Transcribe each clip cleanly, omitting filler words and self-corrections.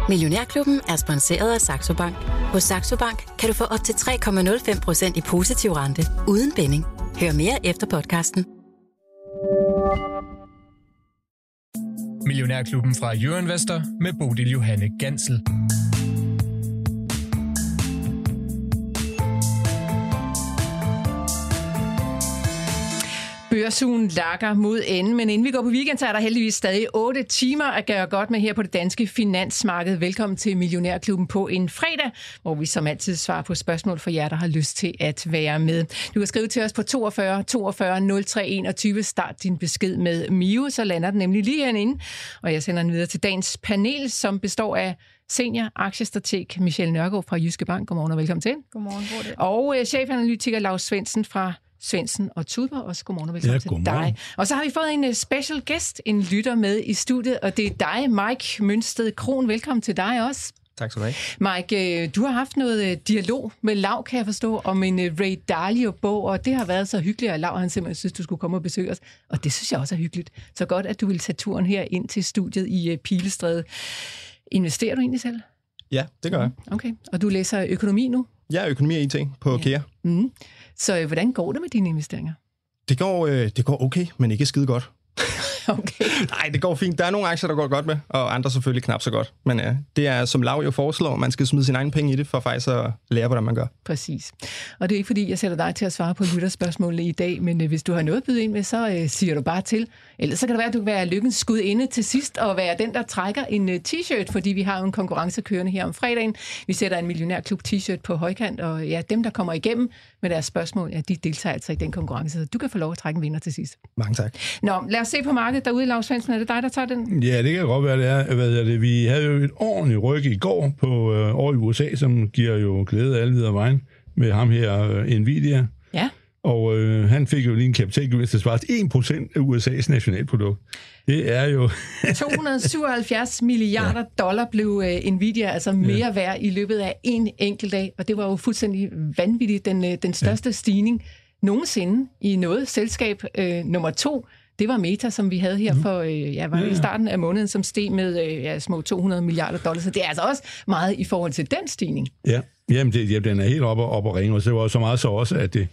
Millionærklubben er sponsoreret af Saxo Bank. Hos Saxo Bank kan du få op til 3,05% i positiv rente uden binding. Hør mere efter podcasten. Millionærklubben fra Euroinvestor med Bodil Johanne Gansel. Børsugen lakker mod enden, men inden vi går på weekend, så er der heldigvis stadig 8 timer at gøre godt med her på det danske finansmarked. Velkommen til Millionærklubben på en fredag, hvor vi som altid svarer på spørgsmål for jer, der har lyst til at være med. Du kan skrive til os på 42 42 03 21. Start din besked med Mio, så lander den nemlig lige herinde. Og jeg sender den videre til dagens panel, som består af senior aktiestrateg Michelle Nørgaard fra Jyske Bank. Godmorgen og velkommen til. Godmorgen, Bodil. Og chefanalytiker Lars Svendsen fra Svendsen og Tudborg. Også godmorgen og velkommen til dig. Og så har vi fået en special guest, en lytter med i studiet, og det er dig, Mike Mønsted Kron. Velkommen til dig også. Tak skal du have. Mike, du har haft noget dialog med Lav, kan jeg forstå, om en Ray Dalio-bog, og det har været så hyggeligt, at Lav han simpelthen synes, du skulle komme og besøge os. Og det synes jeg også er hyggeligt. Så godt, at du vil tage turen her ind til studiet i Pilestræde. Investerer du egentlig selv? Ja, det gør jeg. Okay, og du læser økonomi nu? Jeg er økonomi og IT på KEA. Mm. Så hvordan går det med dine investeringer? Det går okay, men ikke skide godt. Okay. Nej, det går fint. Der er nogle aktier, der går godt med, og andre selvfølgelig knap så godt. Men det er, som Lav jo foreslår, man skal smide sin egen penge i det, for faktisk at lære, hvordan man gør. Præcis. Og det er ikke fordi, jeg sætter dig til at svare på lytterspørgsmålene i dag, men hvis du har noget at byde ind med, så siger du bare til. Ellers så kan det være, at du kan være lykkens skud inde til sidst, og være den, der trækker en t-shirt, fordi vi har jo en konkurrence kørende her om fredagen. Vi sætter en millionærklub t-shirt på højkant, og ja, dem, der kommer igennem med deres spørgsmål, ja, de deltager altså i den konkurrence, så du kan få lov at trække en vinder til sidst. Mange tak. Nå, lad os se på markedet derude, Lars Svendsen. Er det dig, der tager den? Ja, det kan godt være, det er. Vi havde jo et ordentligt ryk i går over i USA, som giver jo glæde af alle videre vejen med ham her, Nvidia. Ja. Og han fik jo lige en kapitalgevinst, der svarer 1% af USA's nationalprodukt. Det er jo... 277 milliarder dollar blev Nvidia altså mere værd i løbet af en enkelt dag, og det var jo fuldstændig vanvittigt. Den største stigning nogensinde i noget selskab. Nummer 2, det var Meta, som vi havde her for i starten af måneden, som steg med små 200 milliarder dollars. Så det er altså også meget i forhold til den stigning. Ja, jamen den er helt op og ringe, og det var så meget så også, at det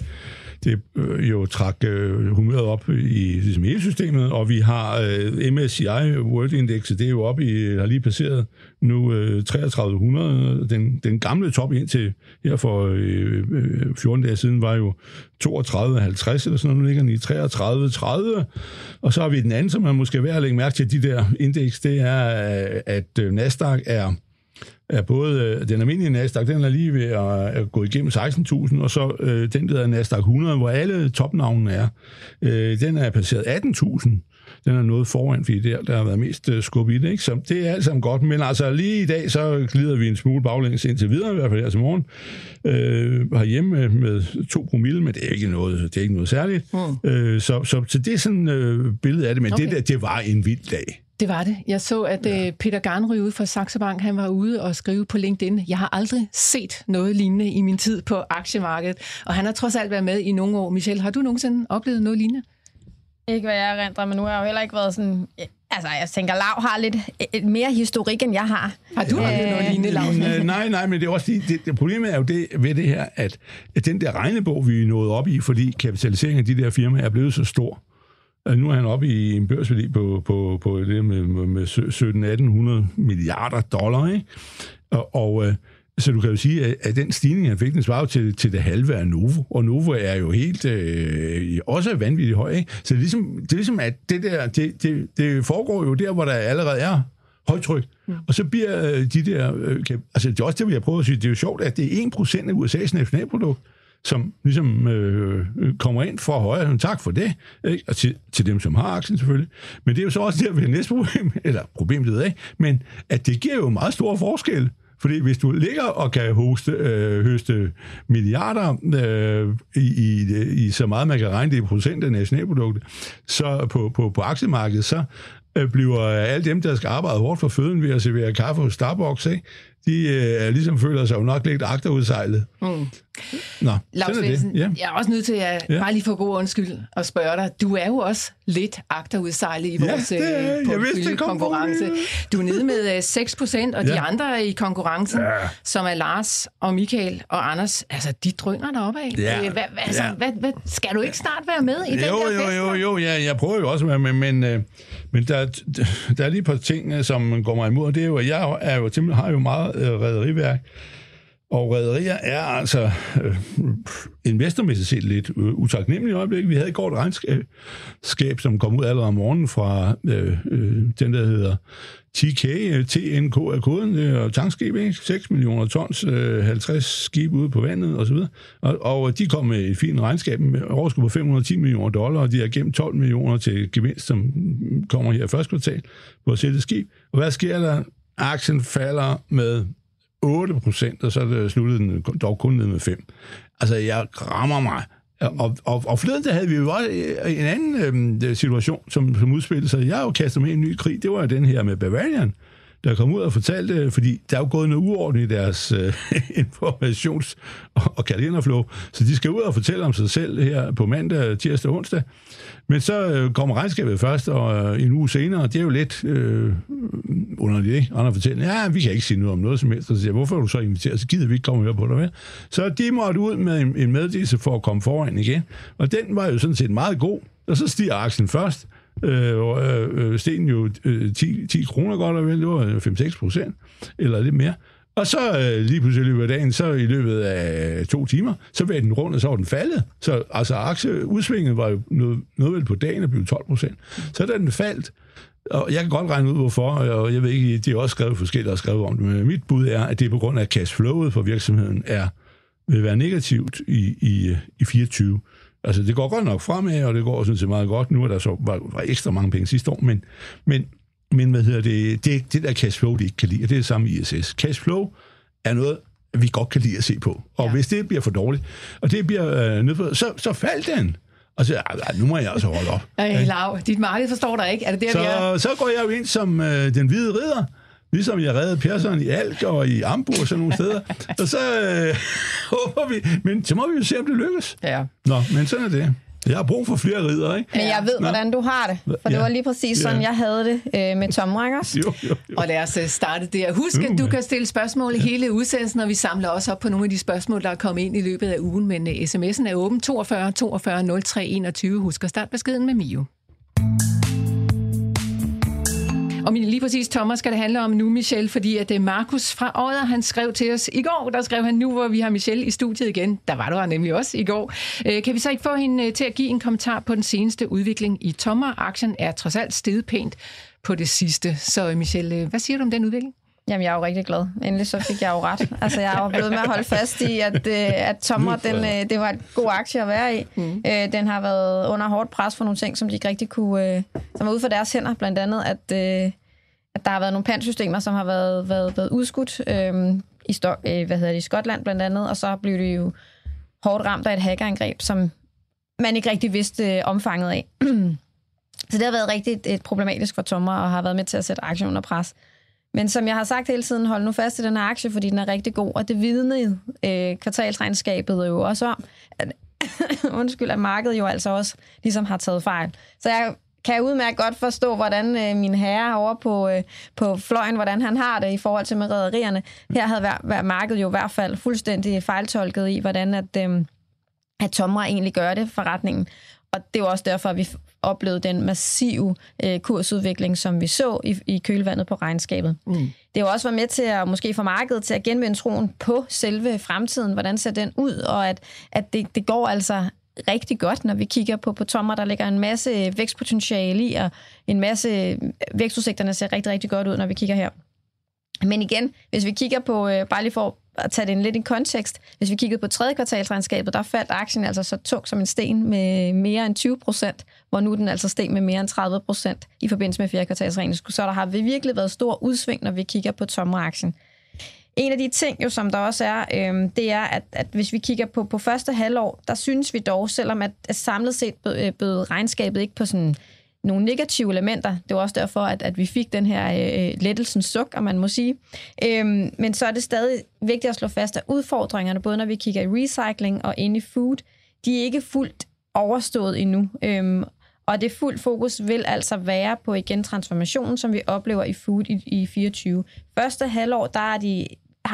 jo trak humøret op i ligesom hele systemet, og vi har MSCI World Index, det er jo oppe i, har lige passeret nu 3300. Den gamle top indtil her for 14 dage siden var jo 32,50 eller sådan noget, nu ligger den i 33,30. Og så har vi den anden, som man måske er værd at lægge mærke til, de der indeks, det er, at Nasdaq er både den almindelige Nasdaq, den er lige ved at gå igennem 16.000, og så den der Nasdaq 100, hvor alle topnavnene er, den er passeret 18.000. Den er noget foran, fordi der har været mest skub i det, ikke? Så det er alt sammen godt, men altså lige i dag, så glider vi en smule baglæns indtil videre, i hvert fald her til morgen, herhjemme med 2 promille, men det er ikke noget særligt. Så det er sådan et billede af det, men okay. Det var en vild dag. Det var det. Jeg så, at Peter Garnry ude fra Saxo Bank, han var ude og skrive på LinkedIn. Jeg har aldrig set noget lignende i min tid på aktiemarkedet, og han har trods alt været med i nogle år. Michelle, har du nogensinde oplevet noget lignende? Ikke hvad jeg erindrer, men nu har jeg jo heller ikke været sådan... Altså, jeg tænker, Lav har lidt mere historik, end jeg har. Har du oplevet noget lignende, Lav? Nej, men det er også det problemet er jo det ved det her, at den der regnebog, vi er nået op i, fordi kapitaliseringen af de der firmaer er blevet så stor. Nu er han oppe i en børsværdi på det med 1700-1800 milliarder dollar, ikke? Og så du kan jo sige, at den stigning, han fik, den svarer til det halve af Novo. Og Novo er jo helt også vanvittigt høj, ikke? Så det er ligesom at det foregår jo der, hvor der allerede er højtryk. Og så bliver de der... altså, det er også det, vi har prøvet at sige. Det er jo sjovt, at det er 1% af USA's nationalprodukt, som ligesom kommer ind for højere. Tak for det. Ikke? Og til dem, som har aktien selvfølgelig. Men det er jo så også der, vi har næste problem, eller problemet ved af, men at det giver jo meget store forskelle. Fordi hvis du ligger og kan høste milliarder i så meget, man kan regne det i procent af nationalproduktet, så på aktiemarkedet, så bliver alle dem, der skal arbejde hårdt for føden ved at servere kaffe hos Starbucks, ikke? De ligesom føler sig jo nok lidt agterudsejlet. Nå, Lars Svendsen, jeg er også nødt til at bare lige for god undskyld at spørge dig. Du er jo også lidt agterudsejlet i vores konkurrence. Du er nede med 6%, og de andre i konkurrencen, som er Lars og Michael og Anders, altså de drøner deroppe af. Ja. Hvad, skal du ikke snart være med i den der fest? Jo, jeg prøver jo også at være med, men der er lige et par ting, som går mig imod. Det er jo, at jeg er jo har jo meget rederiværk, og rederier er altså investormæssigt set lidt utaknemmelige i øjeblikket. Vi havde i går et regnskab, som kom ud allerede om morgenen fra den, der hedder TNK er koden, det er tankskib, ikke? 6 millioner tons, 50 skib ude på vandet osv. Og de kom med et fint regnskab med overskud på $510 millioner, og de har gemt 12 millioner til gevinst, som kommer her i første kvartal på at sætte skib. Og hvad sker der? Aktien falder med 8%, og så sluttede den dog kun ned med 5%. Altså, jeg rammer mig. Og forleden, der havde vi jo også en anden situation, som udspillede sig. Jeg har jo kastet med en ny krig. Det var den her med Bavarian, der kom ud og fortalte, fordi der er jo gået noget uorden i deres informations- og kalenderflow, så de skal ud og fortælle om sig selv her på mandag, tirsdag og onsdag. Men så kommer regnskabet først, og en uge senere, det er jo lidt underligt, ikke? Andre fortæller, vi kan ikke sige noget om noget som helst. Og så siger, hvorfor er du så inviteret? Så gider vi ikke komme og høre på dig med. Så de måtte ud med en meddelelse for at komme foran igen. Og den var jo sådan set meget god. Og så stiger aktien først. Stenen jo 10 kroner godt og vel, det var 5-6%, eller lidt mere. Og så lige pludselig i løbet af dagen, så i løbet af 2 timer, så var den rundt, og så var den faldet. Så altså aktieudsvinget var jo noget vel på dagen, og blev 12%. Så da den faldt, og jeg kan godt regne ud, hvorfor, og jeg ved ikke, de har også skrevet forskelligt og skrevet om det, men mit bud er, at det er på grund af, at cashflowet for virksomheden vil være negativt i 24. Altså, det går godt nok fremad, og det går sådan set meget godt. Nu er der så var ekstra mange penge sidste år, men hvad hedder det der cashflow, de ikke kan lide, og det er det samme i ISS. Cashflow er noget, vi godt kan lide at se på. Og hvis det bliver for dårligt, og det bliver nødt så faldt den. Og så, nu må jeg altså holde op. Lav, dit marked forstår dig ikke. Er det der, så går jeg jo ind som den hvide ridder, ligesom jeg reddede Persson i Alk og i Ambo og sådan nogle steder. Og så håber vi, men så må vi jo se, om det lykkes. Ja. Nå, men sådan er det. Jeg har brug for flere ridder, ikke? Men jeg ved, hvordan du har det. For det var lige præcis sådan, jeg havde det med tomrækkers. Jo. Og lad os starte der. Husk, at du kan stille spørgsmål i hele udsendelsen, og vi samler også op på nogle af de spørgsmål, der er kommet ind i løbet af ugen. Men sms'en er åben 42 42 03 21. Husk at starte beskeden med Mio. Og lige præcis, Thomas, skal det handle om nu, Michelle, fordi at Markus fra Odder, han skrev til os i går, der skrev han nu, hvor vi har Michelle i studiet igen. Der var du nemlig også i går. Kan vi så ikke få hende til at give en kommentar på den seneste udvikling i Tomra-aktien? Er trods alt steget pænt på det sidste. Så Michelle, hvad siger du om den udvikling? Jamen, jeg er jo rigtig glad. Endelig så fik jeg jo ret. Altså, jeg er jo blevet med at holde fast i, at Tomra, det var en god aktie at være i. Den har været under hårdt pres for nogle ting, som de ikke rigtig kunne... som var ude for deres hænder, blandt andet, at der har været nogle pantsystemer, som har været udskudt i Skotland blandt andet, og så blev det jo hårdt ramt af et hackerangreb, som man ikke rigtig vidste omfanget af. Så det har været rigtig et problematisk for Tomra, og har været med til at sætte aktien under pres. Men som jeg har sagt hele tiden, hold nu fast i den her aktie, fordi den er rigtig god, og det vidnede kvartalsregnskabet jo også om, at markedet jo altså også ligesom har taget fejl. Så jeg kan udmærket godt forstå, hvordan min herre over på fløjen, hvordan han har det i forhold til med rederierne. Her havde markedet jo i hvert fald fuldstændig fejltolket i, hvordan at Tomra egentlig gør det, forretningen. Og det er jo også derfor, at vi oplevede den massive kursudvikling, som vi så i kølvandet på regnskabet. Det har også været med til at måske få markedet til at genvinde troen på selve fremtiden. Hvordan ser den ud? Og at det går altså rigtig godt, når vi kigger på Tomra. Der ligger en masse vækstpotentiale i, og en masse vækstudsigterne ser rigtig, rigtig godt ud, når vi kigger her. Men igen, hvis vi kigger på, bare lige for at tage det lidt i kontekst, hvis vi kiggede på tredje kvartalsregnskabet, der faldt aktien altså så tung som en sten med mere end 20%, hvor nu den altså steg med mere end 30% i forbindelse med fjerde kvartalsregnskab. Så der har virkelig været stor udsving, når vi kigger på Tomra-aktien. En af de ting, jo, som der også er, det er, at hvis vi kigger på første halvår, der synes vi dog, selvom at samlet set bød regnskabet ikke på sådan nogle negative elementer. Det var også derfor, at vi fik den her lettelsens suk, om man må sige. Men så er det stadig vigtigt at slå fast, at udfordringerne, både når vi kigger i recycling og ind i food, de er ikke fuldt overstået endnu. Og det fuld fokus vil altså være på igen transformationen, som vi oplever i food i 24. Første halvår, der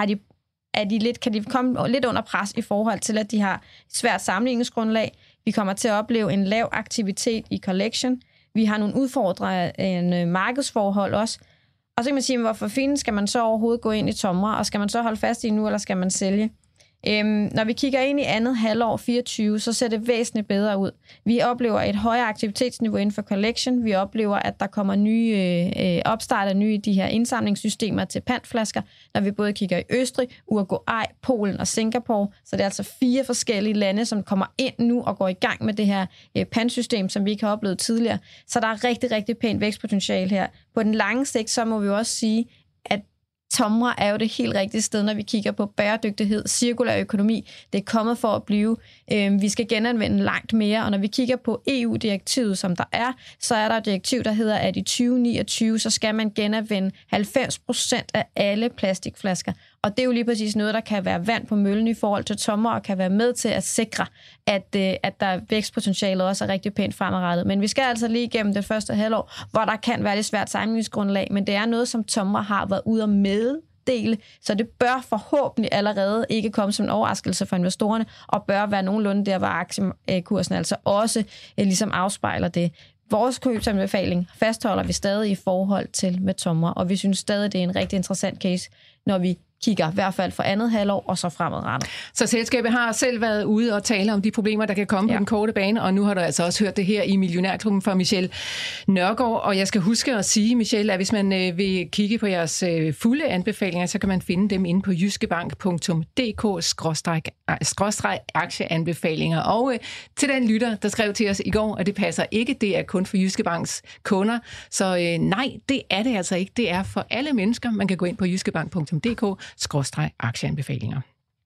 kan de komme lidt under pres i forhold til, at de har svært sammenligningsgrundlag. Vi kommer til at opleve en lav aktivitet i collection. Vi har nogle udfordrende markedsforhold også. Og så kan man sige, hvorfor fanden skal man så overhovedet gå ind i Tomra, og skal man så holde fast i nu, eller skal man sælge? Når vi kigger ind i andet halvår 24, så ser det væsentligt bedre ud. Vi oplever et højere aktivitetsniveau inden for collection. Vi oplever, at der kommer nye opstarter nye de her indsamlingssystemer til pantflasker, når vi både kigger i Østrig, Uruguay, Polen og Singapore. Så det er altså 4 forskellige lande, som kommer ind nu og går i gang med det her pantsystem, som vi ikke har oplevet tidligere. Så der er rigtig, rigtig pænt vækstpotentiale her. På den lange sigt, så må vi også sige, at Tomra er jo det helt rigtige sted, når vi kigger på bæredygtighed, cirkulær økonomi. Det er kommet for at blive. Vi skal genanvende langt mere, og når vi kigger på EU-direktivet, som der er, så er der et direktiv, der hedder, at i 2029, så skal man genanvende 90% af alle plastikflasker. Og det er jo lige præcis noget, der kan være vand på møllen i forhold til Tomra, og kan være med til at sikre, at der vækstpotentialet også er rigtig pænt fremadrettet. Men vi skal altså lige igennem det første halvår, hvor der kan være lidt svært sammenligningsgrundlag, men det er noget, som Tomra har været ude at meddele, så det bør forhåbentlig allerede ikke komme som en overraskelse for investorerne, og bør være nogenlunde der, hvor aktiekursen altså også ligesom afspejler det. Vores købsanbefaling fastholder vi stadig i forhold til med Tomra, og vi synes stadig, det er en rigtig interessant case, når vi kigger i hvert fald for andet halvår og så fremadrettet. Så selskabet har selv været ude og tale om de problemer, der kan komme på den korte bane, og nu har du altså også hørt det her i Millionærklubben fra Michelle Nørgaard. Og jeg skal huske at sige, Michelle, at hvis man vil kigge på jeres fulde anbefalinger, så kan man finde dem inde på jyskebank.dk/aktieanbefalinger. Og til den lytter, der skrev til os i går, at det passer ikke, det er kun for Jyske Banks kunder. Så nej, det er det altså ikke. Det er for alle mennesker. Man kan gå ind på jyskebank.dk/aktieanbefalinger.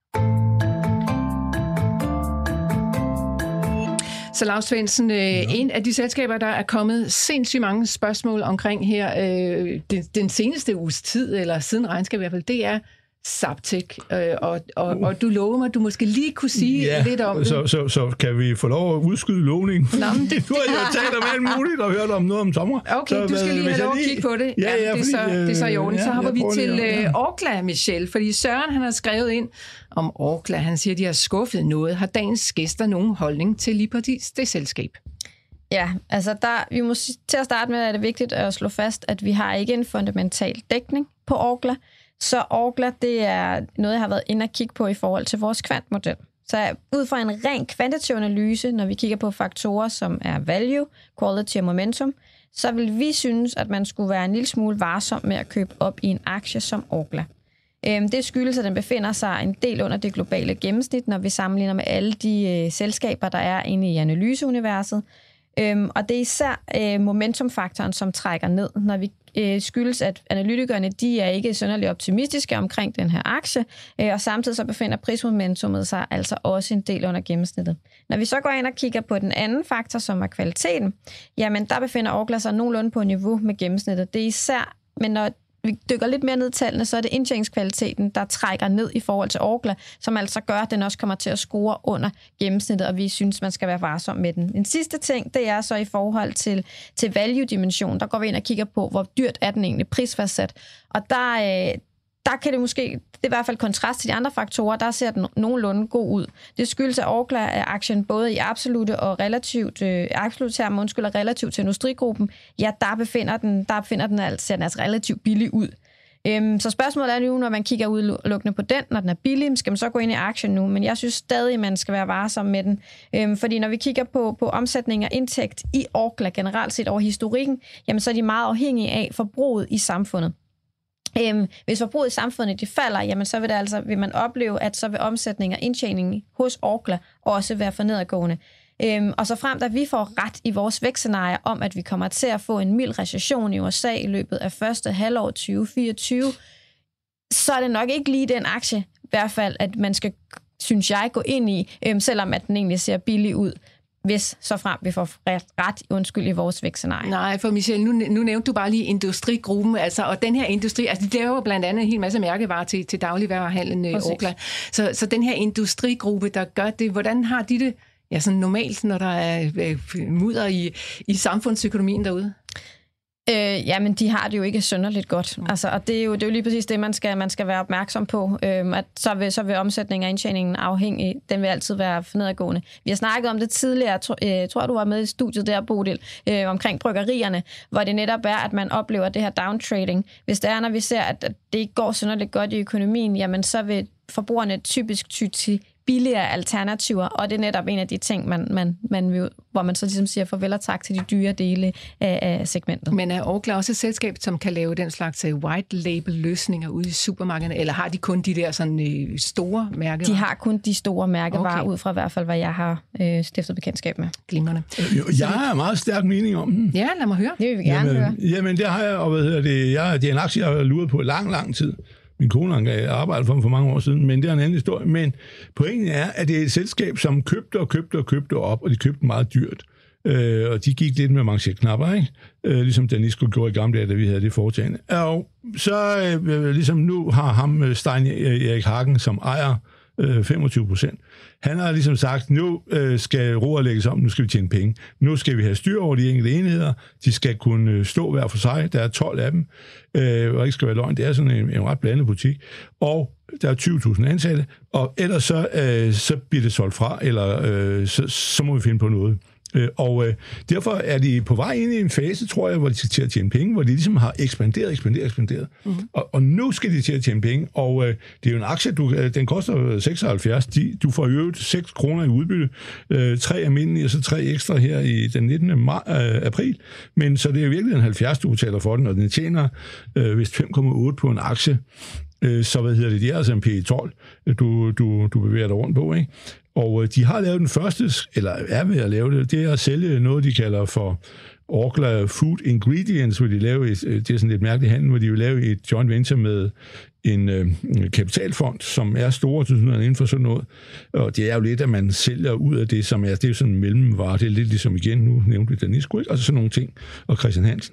Så Lars Svendsen, en af de selskaber, der er kommet sindssygt mange spørgsmål omkring her den seneste uges tid, eller siden regnskab i hvert fald, det er Zaptec, og du lover mig, at du måske lige kunne sige lidt om det. Så kan vi få lov at udskyde lovningen? Nå, men du har jo talt om alt muligt og hørt om noget om Tomra. Okay, så, du skal lige have lov at kigge på det. Det er så i orden. Så hopper vi til Orkla, Michelle, fordi Søren han har skrevet ind om Orkla. Han siger, at de har skuffet noget. Har dagens gæster nogen holdning til lige præcis det selskab? Ja, altså vi må til at starte med, er det vigtigt at slå fast, at vi har ikke en fundamental dækning på Orkla. Så Orkla, det er noget, jeg har været inde og kigge på i forhold til vores kvantmodel. Så ud fra en ren kvantitativ analyse, når vi kigger på faktorer, som er value, quality og momentum, så vil vi synes, at man skulle være en lille smule varsom med at købe op i en aktie som Orkla. Det skyldes, at den befinder sig en del under det globale gennemsnit, når vi sammenligner med alle de selskaber, der er inde i analyseuniverset. Og det er især momentumfaktoren, som trækker ned, når vi skyldes, at analytikerne de er ikke synderligt optimistiske omkring den her aktie, og samtidig så befinder prismomentummet sig altså også en del under gennemsnittet. Når vi så går ind og kigger på den anden faktor, som er kvaliteten, jamen der befinder Orkla sig nogenlunde på niveau med gennemsnittet. Det er især, men når vi dykker lidt mere ned i tallene, så er det indtjeningskvaliteten, der trækker ned i forhold til Orkla, som altså gør, at den også kommer til at score under gennemsnittet, og vi synes, man skal være varsom med den. En sidste ting, det er så i forhold til value-dimension. Der går vi ind og kigger på, hvor dyrt er den egentlig prisfastsat. Og der kan det måske, det er i hvert fald kontrast til de andre faktorer, der ser den nogenlunde god ud. Det skyldes, at Orkla-aktien både i absolute og relativt til industrigruppen, ja, der befinder den altså relativt billig ud. Så spørgsmålet er nu, når man kigger udelukkende på den, når den er billig, skal man så gå ind i aktien nu? Men jeg synes stadig, man skal være varsom med den. Fordi når vi kigger på omsætning og indtægt i Orkla generelt set over historikken, jamen så er de meget afhængige af forbruget i samfundet. Hvis forbruget i samfundet de falder, jamen så vil man opleve, at så vil omsætning og indtjening hos Orkla også være for nedadgående. Og så frem, da vi får ret i vores vækstscenarie om, at vi kommer til at få en mild recession i USA i løbet af første halvår 2024, så er det nok ikke lige den aktie, i hvert fald, at man skal, synes jeg, gå ind i, selvom at den egentlig ser billig ud. hvis så frem vi får ret i vores vækstscenarie. Nej, for Michelle, nu nævnte du bare lige industrigruppen, altså, og den her industri, altså de laver jo blandt andet en hel masse mærkevarer til dagligvarehandlen Orkla. Så den her industrigruppe, der gør det, hvordan har de det sådan normalt, når der er mudder i samfundsøkonomien derude? Jamen, de har det jo ikke synderligt godt. Altså, og det er jo lige præcis det, man skal være opmærksom på. At så vil omsætningen og indtjeningen afhængig. Den vil altid være for nedadgående. Vi har snakket om det tidligere. Jeg tror, du var med i studiet der, Bodil, omkring bryggerierne, hvor det netop er, at man oplever det her downtrading. Hvis det er, når vi ser, at det ikke går synderligt godt i økonomien, jamen så vil forbrugerne typisk ty til billigere alternativer, og det er netop en af de ting, man vil, hvor man så ligesom siger farvel og tak til de dyre dele af segmentet. Men er Orkla også et selskab, som kan lave den slags white label løsninger ude i supermarkederne, eller har de kun de der sådan store mærkevarer? De har kun de store mærkevarer, ud fra i hvert fald, hvad jeg har stiftet bekendtskab med. Glimrende. Jeg har en meget stærk mening om den. Ja, lad mig høre. Det vil vi gerne høre. Jamen, det har jeg, og det er en aktie, jeg har luret på lang tid. Min kone har arbejdet for mange år siden, men det er en anden historie. Men pointen er, at det er et selskab, som købte op, og de købte meget dyrt. Og de gik lidt med manchetknapper, ikke? Ligesom Danisco gjorde i gamle dage, da vi havde det foretagende. Og så ligesom nu har ham Stein Erik Hagen, som ejer 25%. Han har ligesom sagt, nu skal roret lægges om, nu skal vi tjene penge. Nu skal vi have styr over de enkelte enheder. De skal kunne stå hver for sig. Der er 12 af dem, og ikke skal være løgn. Det er sådan en ret blandet butik. Og der er 20.000 ansatte, og ellers så bliver det solgt fra, eller så må vi finde på noget. Og derfor er de på vej ind i en fase, tror jeg, hvor de skal til at tjene penge, hvor de ligesom har ekspanderet. Mm-hmm. Og nu skal de til at tjene penge, og det er jo en aktie, den koster 76. Du får jo 6 kroner i udbytte, 3 almindelige, og så 3 ekstra her i den 19. april. Men så det er jo virkelig en 70, du betaler for den, og den tjener vist 5,8 på en aktie. Så det er altså en P12, du bevæger dig rundt på, ikke? Og de har lavet den første, eller er ved at lave det, det er at sælge noget, de kalder for Orkla Food Ingredients, hvor de laver det er sådan lidt mærkeligt handel, hvor de vil lave et joint venture med en kapitalfond, som er store til inden for sådan noget. Og det er jo lidt, at man sælger ud af det, som det er sådan en mellemvare. Det er lidt ligesom igen, nu nævnte vi Danisco, ikke? Altså sådan nogle ting, og Christian Hansen.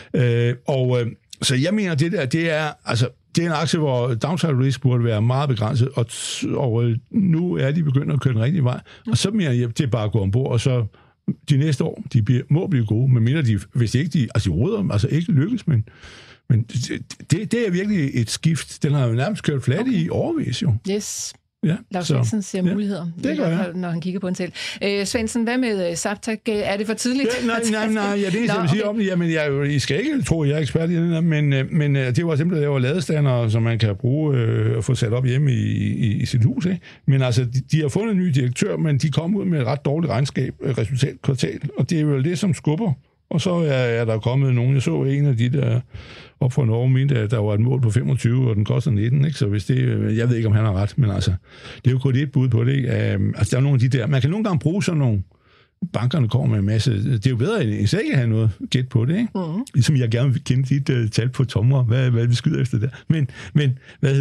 Så jeg mener, det er en aktie, hvor downside risk burde være meget begrænset, og nu er de begyndt at køre den rigtige vej. Og så mener jeg, det er bare at gå ombord, og så de næste år, må blive gode, medmindre hvis ikke de råder, ikke lykkes, men det er virkelig et skift. Den har jo nærmest kørt flat i årevis, jo. Yes. Ja, Lars Svendsen ser muligheder, det gør jeg. Når han kigger på en selv. Svendsen, hvad med Zaptec? Er det for tidligt? Nej, det er jeg vil sige om det. Jamen, I skal ikke tro, at jeg er ekspert i det, men det var simpelthen, laver ladestander, som man kan bruge og få sat op hjemme i sit hus. Ikke? Men altså, de har fundet en ny direktør, men de kom ud med et ret dårligt resultatkvartal, og det er jo det, som skubber. Og så er der kommet nogen. Jeg så en af de der op fra Norge, mente, at der var et mål på 25, og den koster 19. Ikke? Så hvis det, jeg ved ikke, om han har ret, men altså, det er jo kun et bud på det. Ikke? Altså, der er nogle af de der. Man kan nogle gange bruge sådan nogle. Bankerne kommer med en masse. Det er jo bedre, end slet ikke have noget gæt på det. Ikke? Mm-hmm. Ligesom jeg gerne vil kende dit tal på tommer. Hvad vi skyder efter der. Men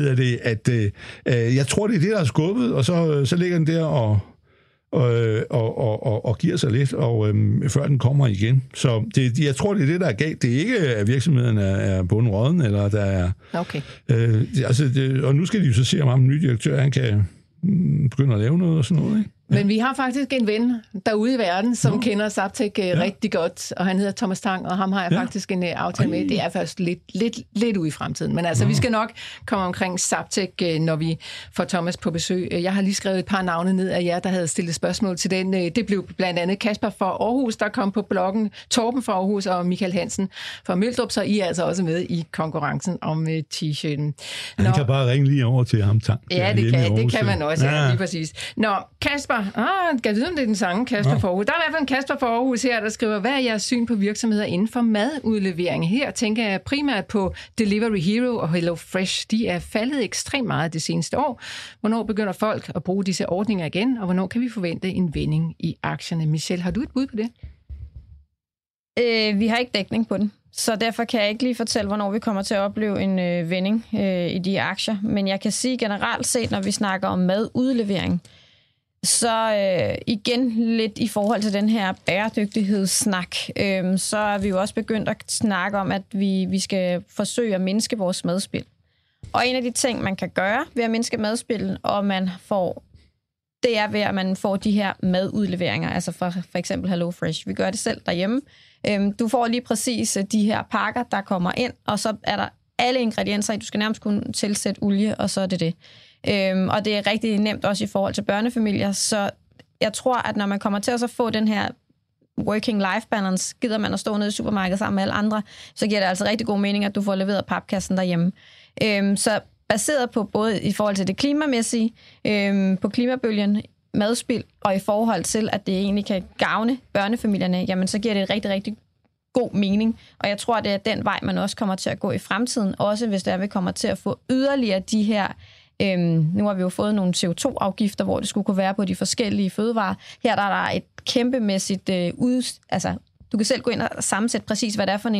jeg tror, det er det, der er skubbet, og så ligger den der og giver sig lidt, og før den kommer igen. Så jeg tror, det er det, der er galt. Det er ikke, at virksomheden er bundråden, eller der er... Okay. Og nu skal de jo så se, om den nye direktør, han kan begynde at lave noget og sådan noget, ikke? Men vi har faktisk en ven derude i verden, som kender Zaptec rigtig godt, og han hedder Thomas Tang, og ham har jeg faktisk en aftale med. Det er først lidt ude i fremtiden, men altså vi skal nok komme omkring Zaptec, når vi får Thomas på besøg. Jeg har lige skrevet et par navne ned af jer, der havde stillet spørgsmål til den. Det blev blandt andet Kasper fra Aarhus, der kom på bloggen, Torben fra Aarhus og Michael Hansen fra Møldrup, så I er altså også med i konkurrencen om t-shirten. Han kan bare ringe lige over til ham, Tang. Ja, det kan man også, lige præcis. Nå, Kasper, kan vide, om det er den samme Kasper for Aarhus. Der er i hvert fald en Kasper for Aarhus her, der skriver, hvad er jeres syn på virksomheder inden for madudlevering? Her tænker jeg primært på Delivery Hero og Hello Fresh. De er faldet ekstremt meget det seneste år. Hvornår begynder folk at bruge disse ordninger igen, og hvornår kan vi forvente en vending i aktierne? Michelle, har du et bud på det? Vi har ikke dækning på den. Så derfor kan jeg ikke lige fortælle, hvornår vi kommer til at opleve en vending i de aktier. Men jeg kan sige generelt set, når vi snakker om madudlevering, Så igen lidt i forhold til den her bæredygtighedssnak, så er vi jo også begyndt at snakke om, at vi skal forsøge at mindske vores madspild. Og en af de ting, man kan gøre ved at mindske madspilden, det er ved, at man får de her madudleveringer, altså for eksempel HelloFresh. Vi gør det selv derhjemme. Du får lige præcis de her pakker, der kommer ind, og så er der alle ingredienser i. Du skal nærmest kun tilsætte olie, og så er det det. Og det er rigtig nemt også i forhold til børnefamilier, så jeg tror, at når man kommer til at så få den her working-life balance, gider man at stå nede i supermarkedet sammen med alle andre, så giver det altså rigtig god mening, at du får leveret papkassen derhjemme. Så baseret på både i forhold til det klimamæssige, på klimabølgen, madspild, og i forhold til, at det egentlig kan gavne børnefamilierne, jamen så giver det rigtig, rigtig god mening. Og jeg tror, det er den vej, man også kommer til at gå i fremtiden, også hvis vi kommer til at få yderligere de her. Nu har vi jo fået nogle CO2-afgifter, hvor det skulle kunne være på de forskellige fødevarer. Her der er der et kæmpemæssigt du kan selv gå ind og sammensætte præcis, hvad det er for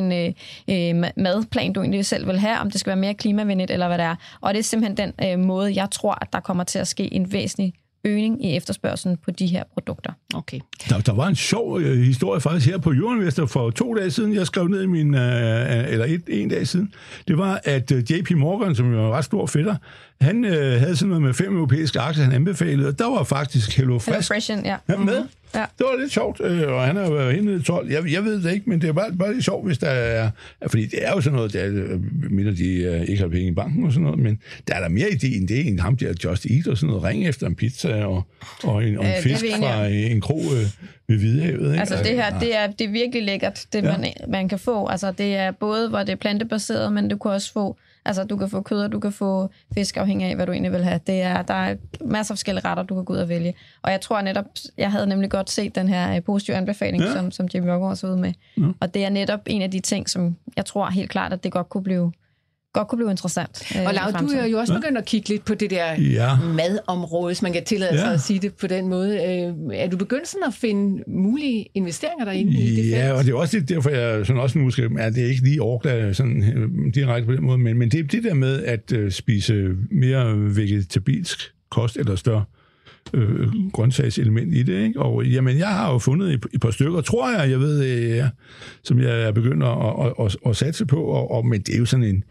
en madplan, du egentlig selv vil have, om det skal være mere klimavenligt eller hvad det er. Og det er simpelthen den måde, jeg tror, at der kommer til at ske en væsentlig øgning i efterspørgselen på de her produkter. Okay. Der var en sjov historie faktisk her på Euroinvestor for 2 dage siden. Jeg skrev ned i min, eller en dag siden. Det var, at JP Morgan, som jo er en ret stor fætter, han havde sådan noget med 5 europæiske aktier, han anbefalede. Der var faktisk HelloFresh ja. Med. Ja. Det var lidt sjovt, og han har været henne i 12. Jeg ved det ikke, men det er bare lidt sjovt, hvis der er. Fordi det er jo sådan noget, der mindre de ikke har penge i banken og sådan noget, men der er der mere idé end det, end ham der Just Eat og sådan noget. Ring efter en pizza og en fisk fra en krog ved Hvidehavet. Ikke? Altså det her, det er virkelig lækkert, det man kan få. Altså det er både, hvor det er plantebaseret, men du kan også få. Altså, du kan få kød, og du kan få fisk, afhængig af, hvad du egentlig vil have. Der er masser af forskellige retter, du kan gå ud og vælge. Og jeg tror netop, jeg havde nemlig godt set den her positive anbefaling, som Jimmy Morgan også var ude med. Ja. Og det er netop en af de ting, som jeg tror helt klart, at det godt kunne blive interessant. Og Laura, du er jo også begyndt at kigge lidt på det der madområde, hvis man kan tillade sig at sige det på den måde. Er du begyndt sådan at finde mulige investeringer derinde i det felt? Ja, og det er også lidt derfor, jeg sådan også nu skal, det er ikke lige orkla sådan direkte på den måde, men det er det der med at spise mere vegetabilsk kost eller større grøntsagselement i det, ikke? Og jamen, jeg har jo fundet et par stykker, tror jeg ved, som jeg er begyndt at satse på, men det er jo sådan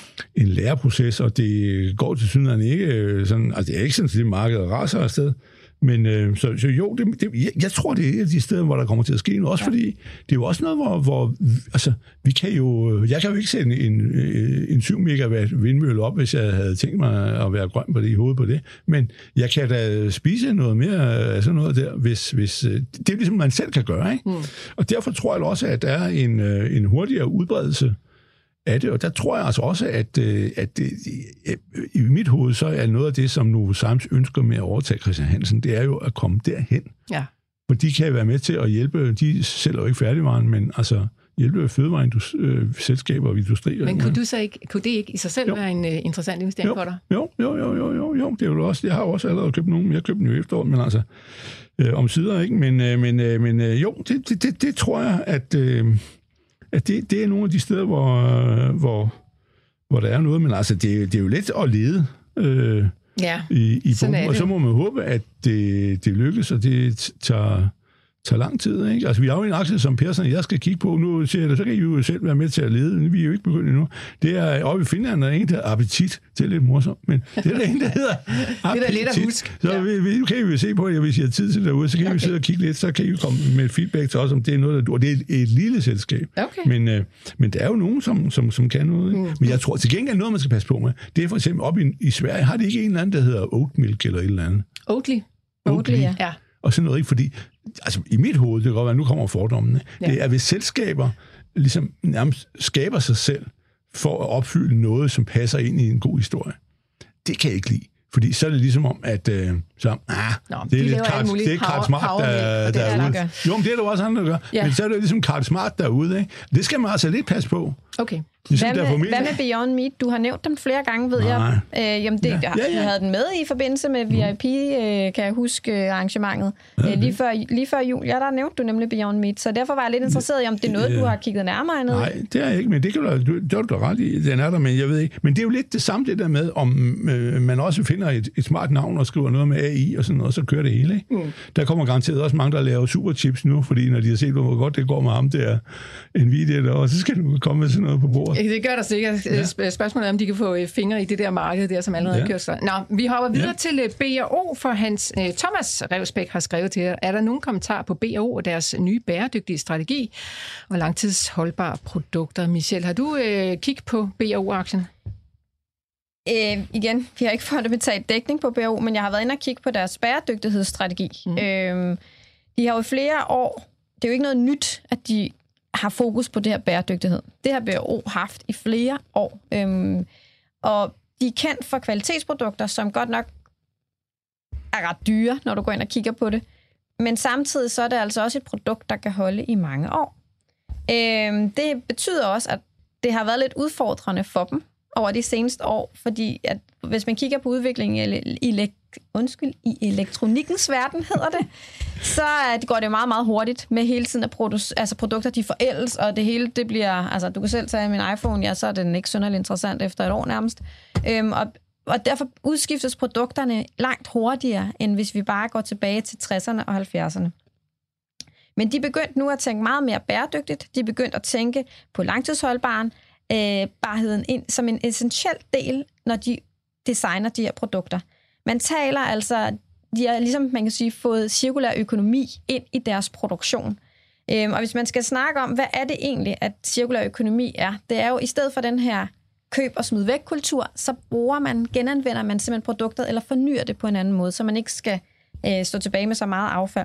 en læreproces, og det går til synligheden ikke sådan, altså det er ikke sådan, at det markedet raser afsted, men så jo, jeg tror, det er et af de steder, hvor der kommer til at ske noget, også fordi det er jo også noget, hvor altså, jeg kan jo ikke sætte en 7 megawatt vindmølle op, hvis jeg havde tænkt mig at være grøn på det i hovedet på det, men jeg kan da spise noget mere af sådan noget der, hvis det er ligesom, man selv kan gøre, ikke? Og derfor tror jeg også, at der er en hurtigere udbredelse af det, og der tror jeg altså også, at i mit hoved, så er noget af det, som Novo Sams ønsker med at overtage Christian Hansen, det er jo at komme derhen. Ja. For de kan være med til at hjælpe, de sælger jo ikke færdigvaren, men altså hjælpe fødevareselskaber og industri. Men kunne det ikke i sig selv være en interessant investering for dig? Jo, det er jo også, jeg har også allerede købt nogle, jeg købte dem jo i efteråret, men altså omsider, ikke? Men jo, det tror jeg, at det er nogle af de steder, hvor der er noget, men altså, det er jo let at lede i bomben, og så må man håbe, at det lykkes, og det tager lang tid, ikke? Altså, vi har jo en aktie, som Persson og jeg skal kigge på. Nu siger jeg det, så kan I jo selv være med til at lede. Vi er jo ikke begyndt endnu. Det er oppe i Finland, der er en, der hedder Appetit. Det er lidt morsomt, men det er der en, der hedder Appetit. Det er lidt at huske. Så vi kan jo se på, hvis I har tid til derude, så kan vi sidde og kigge lidt, så kan I komme med feedback til os, om det er noget, og det er et lille selskab. Okay. Men der er jo nogen, som kan noget. Ikke? Men jeg tror, til gengæld noget, man skal passe på med, det er for eksempel op i Sverige, har det ikke en eller anden, der hedder Oatmilk eller et eller andet? Oatly, ja. Og sådan noget, ikke? Fordi altså, i mit hoved, det kan godt være, nu kommer fordommene, det er, hvis selskaber ligesom nærmest skaber sig selv for at opfylde noget, som passer ind i en god historie. Det kan jeg ikke lide. Fordi så er det ligesom om, at det er lidt Karl Smart, der er ude. Jo, men det er der også andre, der gør. Ja. Men så er det ligesom Karl Smart derude, ikke? Det skal man altså lidt passe på. Okay. Hvad med Beyond Meat? Du har nævnt dem flere gange, ved jeg. Jamen, jeg havde den med i forbindelse med VIP, kan jeg huske, arrangementet. Lige før jul, der nævnte du nemlig Beyond Meat, så derfor var jeg lidt interesseret i, om det er noget, du har kigget nærmere ned i. Nej, det er ikke, men det kan du da ret i. Den er der, men jeg ved ikke. Men det er jo lidt det samme, det der med, om man også finder et smart navn og skriver noget med AI og sådan noget, så kører det hele. Ikke? Der kommer garanteret også mange, der laver superchips nu, fordi når de har set, hvor godt det går med ham der Nvidia derovre, så skal du komme med sådan noget på bordet. Det gør der sikkert. Ja. Spørgsmålet er, om de kan få fingre i det der marked der, som allerede kører sig. Nå, vi hopper videre til B&O, for Thomas Revsbæk har skrevet til jer. Er der nogen kommentar på B&O og deres nye bæredygtige strategi og langtidsholdbare produkter? Michelle, har du kigget på B&O-aktien? Igen, vi har ikke fået betalt dækning på B&O, men jeg har været inde og kigge på deres bæredygtighedsstrategi. De har jo flere år, det er jo ikke noget nyt, at de har fokus på det her bæredygtighed. Det har B&O haft i flere år. Og de er kendt for kvalitetsprodukter, som godt nok er ret dyre, når du går ind og kigger på det. Men samtidig så er det altså også et produkt, der kan holde i mange år. Det betyder også, at det har været lidt udfordrende for dem over de seneste år, fordi at hvis man kigger på udviklingen i elektronikkens verden, hedder det, så går det meget, meget hurtigt med hele tiden at produkter, de forældes, og det hele, det bliver, altså du kan selv tage min iPhone, ja, så er den ikke synderligt interessant efter et år nærmest. Og derfor udskiftes produkterne langt hurtigere, end hvis vi bare går tilbage til 60'erne og 70'erne. Men de er begyndt nu at tænke meget mere bæredygtigt. De er begyndt at tænke på langtidsholdbarheden ind som en essentiel del, når de designer de her produkter. Man taler altså, de har ligesom, man kan sige, fået cirkulær økonomi ind i deres produktion. Og hvis man skal snakke om, hvad er det egentlig, at cirkulær økonomi er, det er jo i stedet for den her køb og smid væk kultur, så genanvender man simpelthen produktet eller fornyer det på en anden måde, så man ikke skal stå tilbage med så meget affald.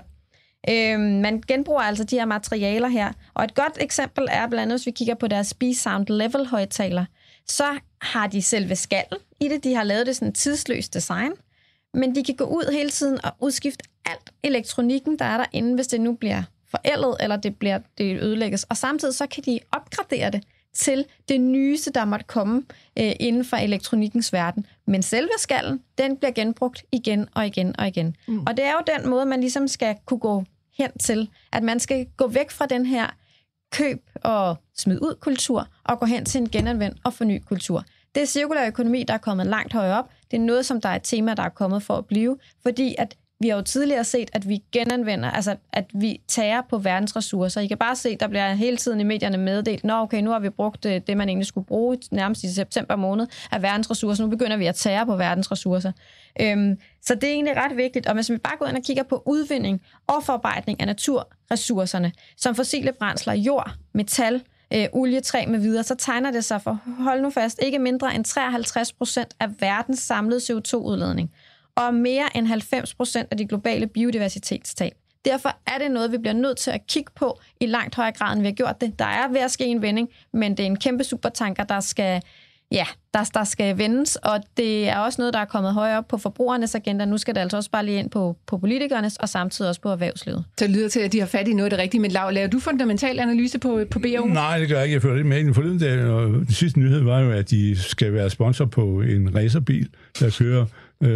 Man genbruger altså de her materialer her, og et godt eksempel er blandt andet, hvis vi kigger på deres B-Sound Level højttaler, så har de selve skallen i det, de har lavet det sådan et tidsløst design, men de kan gå ud hele tiden og udskifte alt elektronikken, der er derinde, hvis det nu bliver forældet, eller det ødelægges, og samtidig så kan de opgradere det til det nyeste, der måtte komme inden for elektronikkens verden. Men selve skallen, den bliver genbrugt igen og igen og igen. Og det er jo den måde, man ligesom skal kunne gå hen til, at man skal gå væk fra den her køb og smid ud kultur, og gå hen til en genanvend og forny kultur. Det er cirkulær økonomi, der er kommet langt højere op. Det er noget, som der er et tema, der er kommet for at blive, fordi at vi har jo tidligere set, at vi genanvender, altså at vi tager på verdens ressourcer. I kan bare se, der bliver hele tiden i medierne meddelt, okay, nu har vi brugt det, man egentlig skulle bruge nærmest i september måned af verdens ressourcer. Nu begynder vi at tage på verdens ressourcer. Så det er egentlig ret vigtigt. Og hvis vi bare går ind og kigger på udvinding og forarbejdning af naturressourcerne, som fossile brændsler, jord, metal, olie, træ med videre, så tegner det sig for, hold nu fast, ikke mindre end 53% af verdens samlede CO2-udledning. Og mere end 90% af de globale biodiversitetstab. Derfor er det noget, vi bliver nødt til at kigge på i langt højere grad, end vi har gjort det. Der er ved at ske en vending, men det er en kæmpe supertanker, der skal vendes, og det er også noget, der er kommet højere op på forbrugernes agenda. Nu skal det altså også bare lige ind på politikernes, og samtidig også på erhvervslivet. Så det lyder til, at de har fat i noget af det rigtige, men laver du fundamental analyse på B&O? Nej, det gør jeg ikke. Jeg følger det med i den forleden dag, og den sidste nyhed var jo, at de skal være sponsor på en racerbil, der kører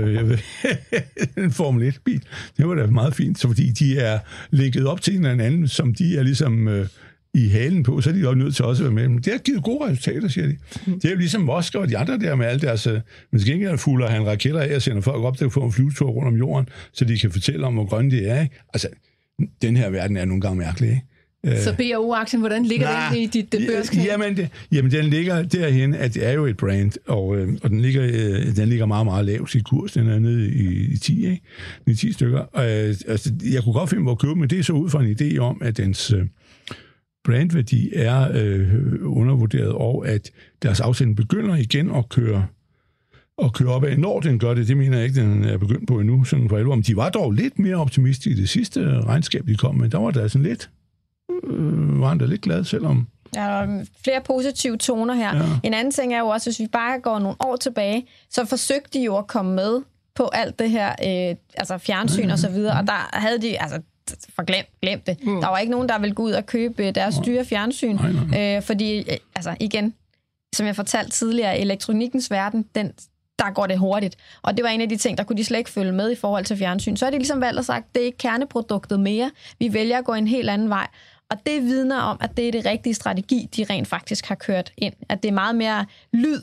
en Formel 1-bil. Det var da meget fint, så fordi de er linket op til en eller anden, som de er ligesom i halen på, så er de jo nødt til også at være med. Men det har givet gode resultater, siger de. Det er jo ligesom Moskva og de andre der med alle deres men skal ikke fulder han raketter af og sender folk op til at få en flyvetur rundt om jorden, så de kan fortælle om, hvor grønne det er. Ikke? Altså, den her verden er nogle gange mærkelig, ikke? Så B&O-aktien, hvordan ligger den i dit børsknæ? Jamen, den ligger derhen, at det er jo et brand, og den ligger meget, meget lavt i kurs. Den er nede i 10, ikke? I 10 stykker. Altså, jeg kunne godt finde mig at købe, men det er så ud fra en idé om, at dens brandværdi er undervurderet, og at deres afsætning begynder igen at køre op af. Når den gør det mener jeg ikke, den er begyndt på endnu, sådan for alvor. Men de var dog lidt mere optimistiske i det sidste regnskab, de kom med. Der var der sådan lidt var han da lidt glad, selvom... Der er flere positive toner her. Ja. En anden ting er jo også, hvis vi bare går nogle år tilbage, så forsøgte de jo at komme med på alt det her, altså fjernsyn og så videre, og der havde de, altså glemt det. Der var ikke nogen, der ville gå ud og købe deres dyre fjernsyn, fordi, altså igen, som jeg fortalte tidligere, elektronikkens verden, der går det hurtigt. Og det var en af de ting, der kunne de slet ikke følge med i forhold til fjernsyn. Så er de ligesom valgt og sagt, det er ikke kerneproduktet mere. Vi vælger at gå en helt anden vej. Og det vidner om, at det er det rigtige strategi, de rent faktisk har kørt ind. At det er meget mere lyd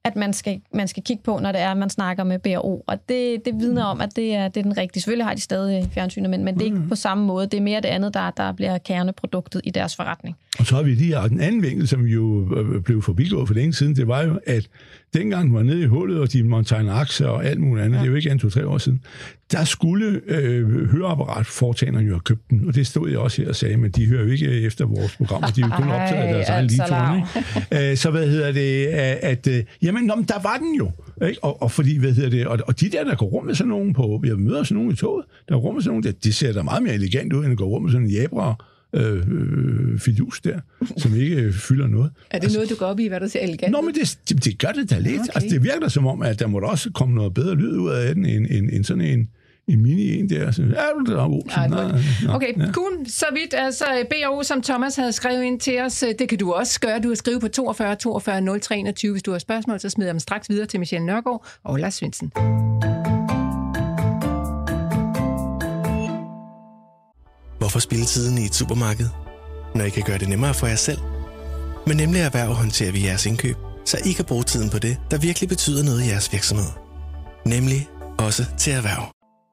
at man skal kigge på, når det er, at man snakker med BRO. Og det vidner om, at det er den rigtige. Selvfølgelig har de stadig fjernsynet, men det er ikke på samme måde. Det er mere det andet, der bliver kerneproduktet i deres forretning. Og så har vi lige den anden vinkel, som jo blev forbigået for længe siden. Det var jo, at dengang man var nede i hullet, og de måtte tegne aktier og alt muligt andet, det er jo ikke 2-3 år siden, der skulle høreapparatforetagerne jo have købt den, og det stod jeg også her og sagde, men de hører jo ikke efter vores programmer, de er jo kun optaget af deres egen ligeturne. Så jamen, der var den jo, ikke? Og fordi, og de der går rundt med sådan nogen på, jeg møder sådan nogen i toget, der går rundt med sådan nogen, det ser da meget mere elegant ud, end at gå rundt med sådan en jæbra fidus der, som ikke fylder noget. Er det noget, du går op i, hvad der ser elegant? Nå, men det gør det da lidt. Okay. Altså, det virker da som om, at der må da også komme noget bedre lyd ud af den, end sådan en mini-en der. Okay, cool. Så vidt. Altså, BRO, som Thomas havde skrevet ind til os, det kan du også gøre. Du har skrevet på 42 42 03 21. Hvis du har spørgsmål, så smider jeg dem straks videre til Michelle Nørgaard og Lars Svendsen. Hvorfor spilde tiden i et supermarked, når I kan gøre det nemmere for jer selv? Men nemlig Erhverv håndterer vi jeres indkøb, så I kan bruge tiden på det, der virkelig betyder noget i jeres virksomhed. Nemlig også til Erhverv.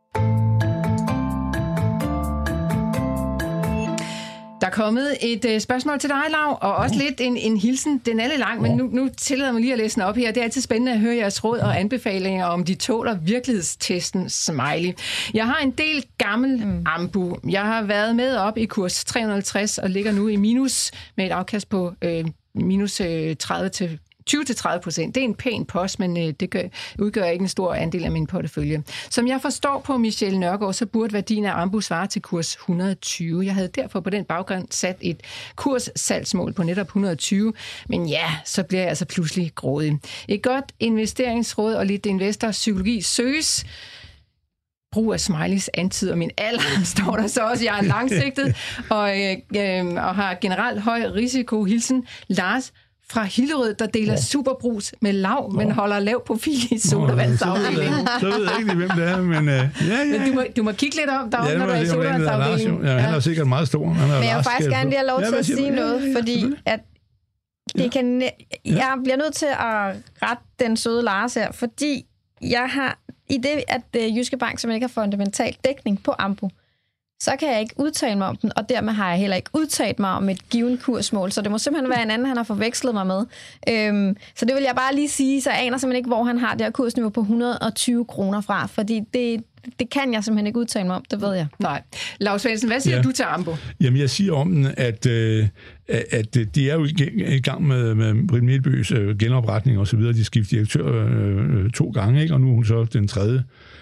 Der er kommet et spørgsmål til dig, Lau, og også lidt en hilsen. Den er lidt lang, men nu tillader jeg mig lige at læse den op her. Det er altid spændende at høre jeres råd og anbefalinger, om de tåler virkelighedstesten smiley. Jeg har en del gammel ambu. Jeg har været med op i kurs 350 og ligger nu i minus med et afkast på minus 20-30%. Det er en pæn post, men det udgør ikke en stor andel af min portefølje. Som jeg forstår på Michelle Nørgaard, så burde værdien af ambu svare til kurs 120. Jeg havde derfor på den baggrund sat et kurssalgsmål på netop 120, men ja, så bliver jeg altså pludselig grådig. Et godt investeringsråd og lidt investorpsykologi søges. Brug af smileys antyder min alder, står der så også. Jeg er langsigtet og har generelt høj risiko. Hilsen Lars fra Hillerød, der deler superbrus med Lau, men holder lav profil i sodavandsafdelingen. Så ved jeg ikke, hvem det er, men Men du må kigge lidt om deroppe, når du er i sodavandsafdelingen. Ja, han er sikkert meget stor. Men jeg vil faktisk gerne lige have lov til at sige noget, fordi at det kan, jeg bliver nødt til at rette den søde Lars her, fordi jeg har i det, at Jyske Bank simpelthen ikke har fundamental dækning på ambu, så kan jeg ikke udtale mig om den, og dermed har jeg heller ikke udtalt mig om et given kursmål, så det må simpelthen være en anden, han har forvekslet mig med. Så det vil jeg bare lige sige, så jeg aner simpelthen ikke, hvor han har det her kursniveau på 120 kroner fra, fordi det kan jeg simpelthen ikke udtale mig om, det ved jeg. Nej. Lars Svendsen, hvad siger du til ambu? Jamen, jeg siger om den, at de er jo i gang med Britt Melbøs genopretning og så videre. De skiftede direktør 2 gange, ikke? Og nu er hun så den 3.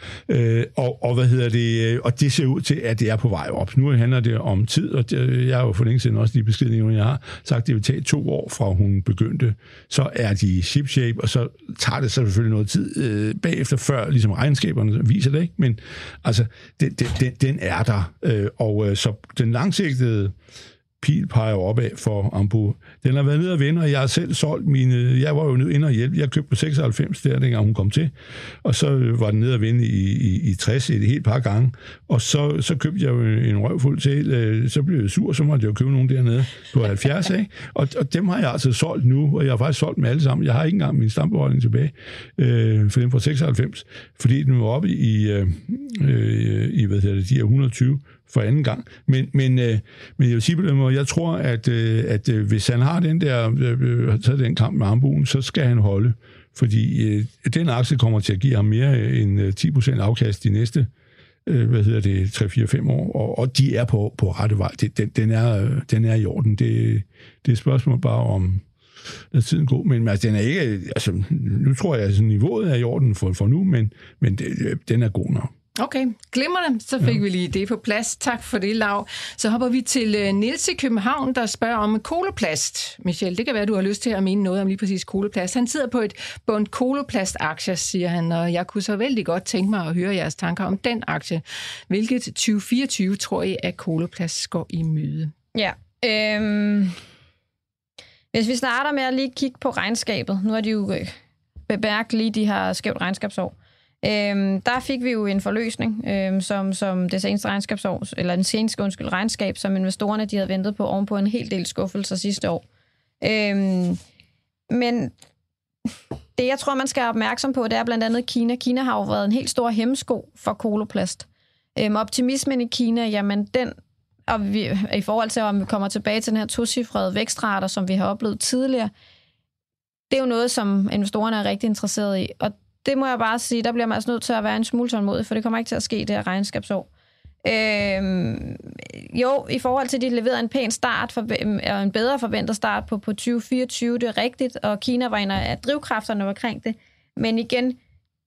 Og det ser ud til, at det er på vej op. Nu handler det om tid, og jeg har jo for længe siden også de beskeder, jeg har sagt, at det vil tage 2 år fra hun begyndte. Så er de ship-shape, og så tager det så selvfølgelig noget tid bagefter, før ligesom regnskaberne viser det, ikke? Men altså, den er der. Og så den langsigtede pil peger opad for ambu. Den har været nede at vende, og jeg har selv solgt mine. Jeg var jo nede ind og hjælpe. Jeg købte på 96 der, dengang hun kom til. Og så var den nede at vende i 60 et helt par gange. Og så købte jeg jo en røvfuld til. Så blev jeg sur, så måtte jeg jo købe nogen dernede på 70, ikke? Og dem har jeg altså solgt nu, og jeg har faktisk solgt dem alle sammen. Jeg har ikke engang min stambeholdning tilbage for dem fra 96, fordi den var oppe i de her 120 for anden gang. Men jeg vil sige på den måde, jeg tror, at hvis han har den der, taget den kamp med ambuen, så skal han holde. Fordi den aktie kommer til at give ham mere end 10% afkast de næste 3-4-5 år. Og de er på rette vej. Den er i orden. Det er et spørgsmål bare om lad tiden gå. Men altså, den er ikke, altså, nu tror jeg, at niveauet er i orden for nu, men den er god nok. Okay, glimrende. Så fik vi lige det på plads. Tak for det, Lau. Så hopper vi til Niels i København, der spørger om Coloplast. Michelle, det kan være, at du har lyst til at mene noget om lige præcis Coloplast. Han sidder på et bund Coloplast-aktier, siger han, og jeg kunne så vældig godt tænke mig at høre jeres tanker om den aktie. Hvilket 2024 tror I, at Coloplast går i møde? Ja, hvis vi starter med at lige kigge på regnskabet. Nu er de jo bemærkelige, de har skævt regnskabsår. Der fik vi jo en forløsning, som det seneste regnskabsår, eller den seneste regnskab, som investorerne de havde ventet på ovenpå en hel del skuffelser sidste år. Men Det, jeg tror, man skal være opmærksom på, det er blandt andet Kina. Kina har jo været en helt stor hæmsko for Coloplast. Optimismen i Kina, jamen den, og i forhold til, om vi kommer tilbage til den her tocifrede vækstrater, som vi har oplevet tidligere, det er jo noget, som investorerne er rigtig interesseret i. Og det må jeg bare sige, der bliver man altså nødt til at være en smule tålmodig, for det kommer ikke til at ske det her regnskabsår. Jo, i forhold til, at de leverede en pæn start, og en bedre forventet start på 2024, det er rigtigt, og Kina var en af drivkræfterne omkring det. Men igen,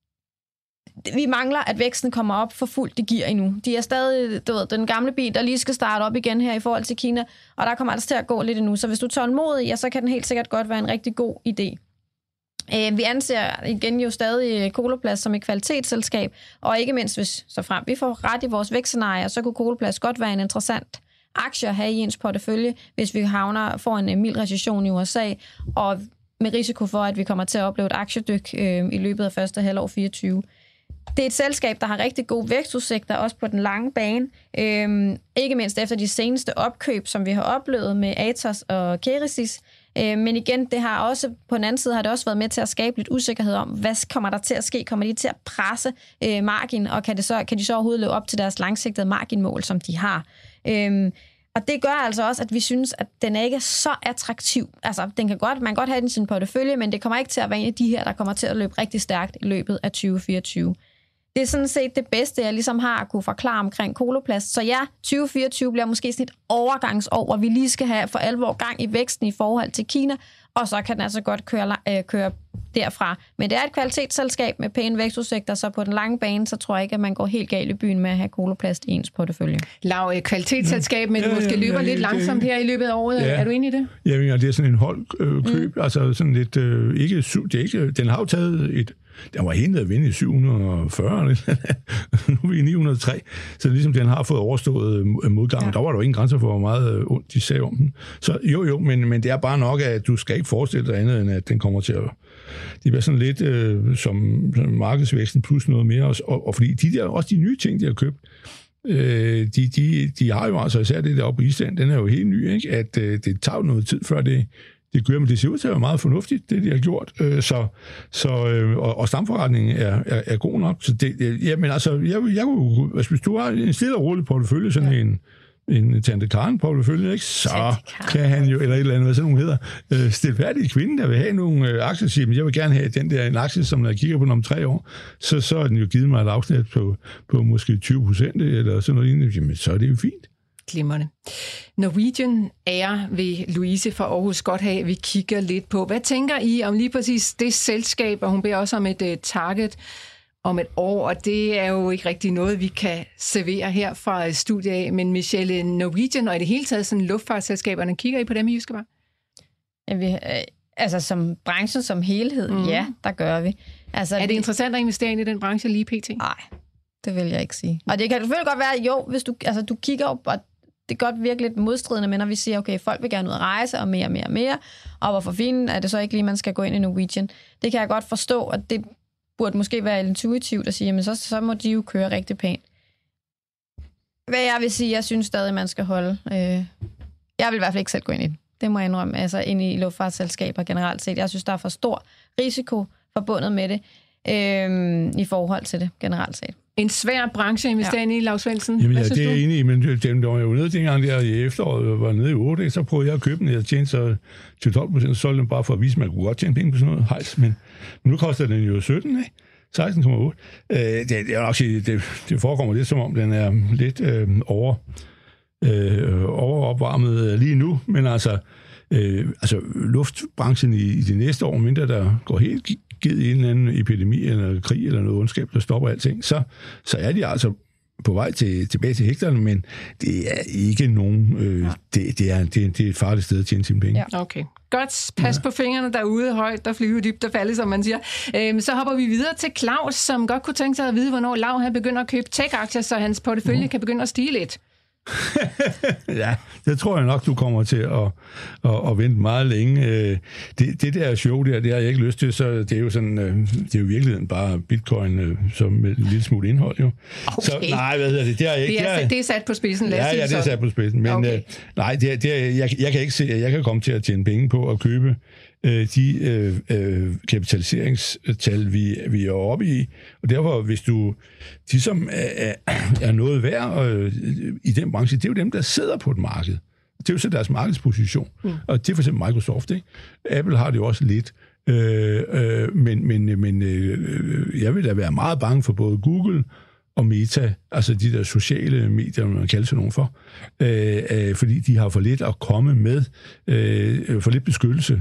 vi mangler, at væksten kommer op for fuldt det gear endnu. De er stadig, den gamle bil, der lige skal starte op igen her i forhold til Kina, og der kommer altså til at gå lidt endnu. Så hvis du er tålmodig, ja, så kan den helt sikkert godt være en rigtig god idé. Vi anser igen jo stadig Coloplast som et kvalitetsselskab, og ikke mindst, hvis så frem vi får ret i vores vækstscenarier, så kunne Coloplast godt være en interessant aktie at have i ens portefølje, hvis vi får en mild recession i USA, og med risiko for, at vi kommer til at opleve et aktiedyk i løbet af første halvår 2024. Det er et selskab, der har rigtig gode vækstudsigter, også på den lange bane. Ikke mindst efter de seneste opkøb, som vi har oplevet med Atos og Kerecis. Men igen, det har også, på den anden side har det også været med til at skabe lidt usikkerhed om, hvad kommer der til at ske? Kommer de til at presse margin, og kan de så overhovedet leve op til deres langsigtede marginmål, som de har? Og det gør altså også, at vi synes, at den er ikke så attraktiv. Altså, man kan godt have den i sin portefølje, men det kommer ikke til at være en af de her, der kommer til at løbe rigtig stærkt i løbet af 2024. Det er sådan set det bedste, jeg ligesom har at kunne forklare omkring Coloplast. Så ja, 2024 bliver måske sådan et overgangsår, hvor vi lige skal have for alvor gang i væksten i forhold til Kina, og så kan den altså godt køre derfra. Men det er et kvalitetsselskab med pæne vækstudsigter, så på den lange bane, så tror jeg ikke, at man går helt galt i byen med at have Coloplast i ens portefølje. Lav, kvalitetsselskab, men måske løber lidt langsomt her i løbet af året. Ja. Er du enig i det? Ja, det er sådan en holdkøb, altså sådan lidt, den har jo taget den var helt ned at vinde i 740, nu er vi i 903, så ligesom den har fået overstået modgang, der var der jo ingen grænser for, hvor meget ondt de sagde om den. Så jo, men det er bare nok, at du skal ikke forestille dig andet, end at den kommer til at... Det bliver sådan lidt som markedsvæksten plus noget mere, og fordi også de nye ting, de har købt, de har jo altså især det der oppe i Island, den er jo helt ny, ikke? At det tager noget tid, før det gør, men det ser ud til at være meget fornuftigt, det de har gjort. Og stamforretningen er god nok. Så men altså, jeg kunne, hvis du har en stille og rolig portefølje, sådan en Tante Karen-portefølje, ikke? Så kan han jo, eller et eller andet, hvad sådan nogen hedder, stilfærdige kvinde, der vil have nogle aktier, siger, men jeg vil gerne have den der en aktie, som når jeg kigger på den om 3 år, så er den jo givet mig et afsnit på måske 20%, eller sådan noget, jamen, så er det jo fint. Glimrende. Norwegian Air vil Louise fra Aarhus godt have, vi kigger lidt på. Hvad tænker I om lige præcis det selskab, og hun beder også om et target om et år, og det er jo ikke rigtig noget, vi kan servere her fra studiet af, men Michelle, Norwegian og i det hele taget sådan luftfartsselskaberne, kigger I på dem i Jyske Bank? Altså som branchen som helhed, ja, der gør vi. Altså, er det interessant at investere ind i den branche lige pt? Nej, det vil jeg ikke sige. Og det kan selvfølgelig godt være, jo, hvis du kigger op, og det kan godt virke lidt modstridende, men når vi siger, okay, folk vil gerne ud at rejse, og mere, og hvorfor fanden er det så ikke lige, man skal gå ind i Norwegian? Det kan jeg godt forstå, og det burde måske være intuitivt at sige, men så må de jo køre rigtig pænt. Hvad jeg vil sige, jeg synes stadig, man skal holde. Jeg vil i hvert fald ikke selv gå ind i det. Det må jeg indrømme, altså ind i luftfartsselskaber generelt set. Jeg synes, der er for stor risiko forbundet med det i forhold til det generelt set. En svær branche at investere ind i, Lars Svendsen. Jamen, det er enig i, men den var jo nede dengang der i efteråret, var nede i 8, så prøvede jeg at købe den, jeg tjente så til 12%, så solgte den bare for at vise, at man kunne godt tjene penge på sådan noget hejs, men nu koster den jo 17, ikke? 16,8. Det er nok sige, det forekommer lidt som om, den er lidt overopvarmet lige nu, men altså luftbranchen i de næste år, mindre der går helt givet i en eller anden epidemi eller krig eller noget ondskab, der stopper alting, så er de altså på vej tilbage til hektaren, men det er ikke nogen... Det er et farligt sted at tjene sine penge. Ja. Okay. Godt. Pas på fingrene derude, højt, der flyver dybt, der falder, som man siger. Så hopper vi videre til Claus, som godt kunne tænke sig at vide, hvornår Lav han begynder at købe tech-aktier, så hans portefølje kan begynde at stige lidt. Ja, det tror jeg nok, du kommer til at vente meget længe. Det der show der, det har jeg ikke lyst til, så det er jo sådan, det er jo i virkeligheden bare bitcoin som med en lille smule indhold, jo. Okay. Så nej, hvad hedder det? Det er sat på spidsen, lad os sige det er sat på spidsen, men okay. Nej, jeg kan ikke se, at jeg kan komme til at tjene penge på at købe de kapitaliseringstal, vi er oppe i. Og derfor, hvis du ligesom er noget værd i den branche, det er jo dem, der sidder på et marked. Det er jo så deres markedsposition. Og det er for eksempel Microsoft, ikke? Apple har det jo også lidt. Men jeg vil da være meget bange for både Google og Meta, altså de der sociale medier, man kalder sig nogen for, fordi de har for lidt at komme med, for lidt beskyttelse.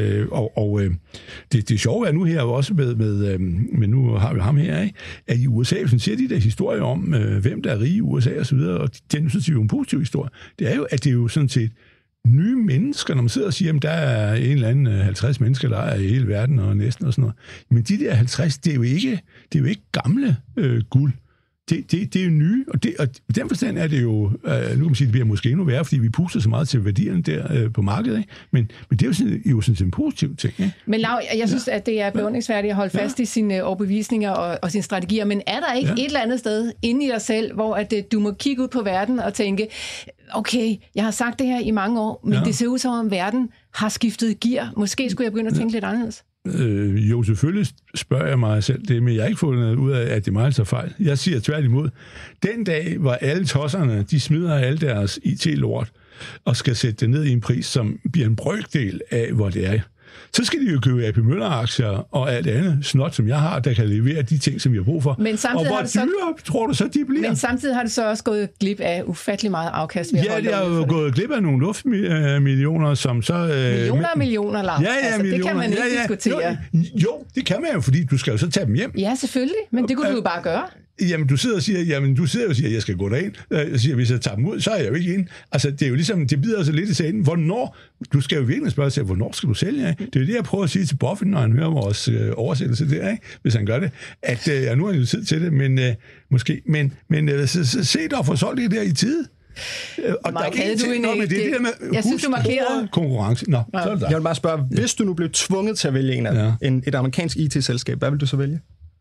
Det sjove er nu her også men nu har vi ham her, ikke? At i USA, hvis man siger de der historier om, hvem der er rige i USA og så videre, og den synes jeg jo en positiv historie, det er jo, at det er jo sådan set nye mennesker, når man sidder og siger, at der er en eller anden 50 mennesker, der er i hele verden og næsten og sådan noget. Men de der 50, det er jo ikke gamle guld. Det er jo nye, og i den forstand er det jo, nu kan man sige, det bliver måske endnu værre, fordi vi puster så meget til værdierne der på markedet, ikke? Men det er jo sådan en positiv ting. Ikke? Men Lau, jeg synes, at det er beundringsværdigt at holde fast i sine overbevisninger og sine strategier, men er der ikke et eller andet sted inde i dig selv, hvor at du må kigge ud på verden og tænke, okay, jeg har sagt det her i mange år, men det ser ud som om verden har skiftet gear. Måske skulle jeg begynde at tænke lidt anderledes. Jo, selvfølgelig spørger jeg mig selv det, men jeg har ikke fundet ud af, at det er mig, der tager fejl. Jeg siger tværtimod, den dag, hvor alle tosserne, de smider alle deres IT-lort og skal sætte det ned i en pris, som bliver en brøkdel af, hvor det er, så skal de jo købe AP Møller-aktier og alt andet snot, som jeg har, der kan levere de ting, som vi har brug for. Men samtidig og hvor dyre tror du så, de bliver? Men samtidig har det så også gået glip af ufattelig meget afkast. Ja, det har jo gået glip af nogle luftmillioner, som så... millioner, Lars. Ja, millioner. Det kan man ikke diskutere. Jo, det kan man jo, fordi du skal jo så tage dem hjem. Ja, selvfølgelig, men det kunne du jo bare gøre. Jamen, du sidder og siger, at jeg skal gå derind. Jeg siger, hvis jeg tager dem ud, så er jeg jo ikke inde. Altså, det er jo ligesom, det bider så lidt i sagen. Hvornår? Du skal jo virkelig spørge sig, hvornår skal du sælge? Ikke? Det er jo det, jeg prøver at sige til Buffett, når han hører vores oversættelse der, ikke? Hvis han gør det. At nu har han jo tid til det, men måske. Men se dog for solgt det der i tide. Og Mark, der er ting med det der med jeg synes, du markerede konkurrence. Nå, så er det der. Jeg vil bare spørge, hvis du nu blev tvunget til at vælge en af et amerikansk IT-selskab, hvad vil du så vælge?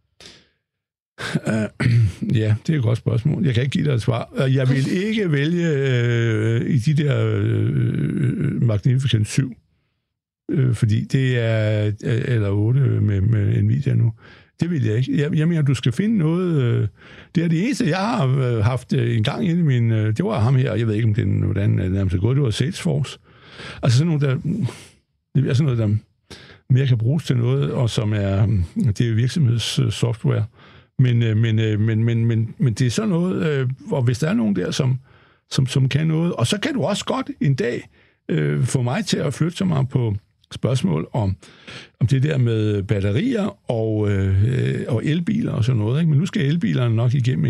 Ja, det er et godt spørgsmål. Jeg kan ikke give dig et svar. Jeg vil ikke vælge i de der Magnificent 7, fordi det er eller 8 med Nvidia nu. Det vil jeg ikke. Jeg mener, du skal finde noget... det er det eneste, jeg har haft en gang inde i min... det var ham her, jeg ved ikke, om det er hvordan nærmest er gået. Det var Salesforce. Altså sådan noget, det er sådan noget, der mere kan bruges til noget, og som er... Det er virksomhedssoftware. Men det er sådan noget, og hvis der er nogen der, som kan noget, og så kan du også godt en dag få mig til at flytte mig på spørgsmål om det der med batterier og elbiler og sådan noget. Ikke? Men nu skal elbilerne nok igennem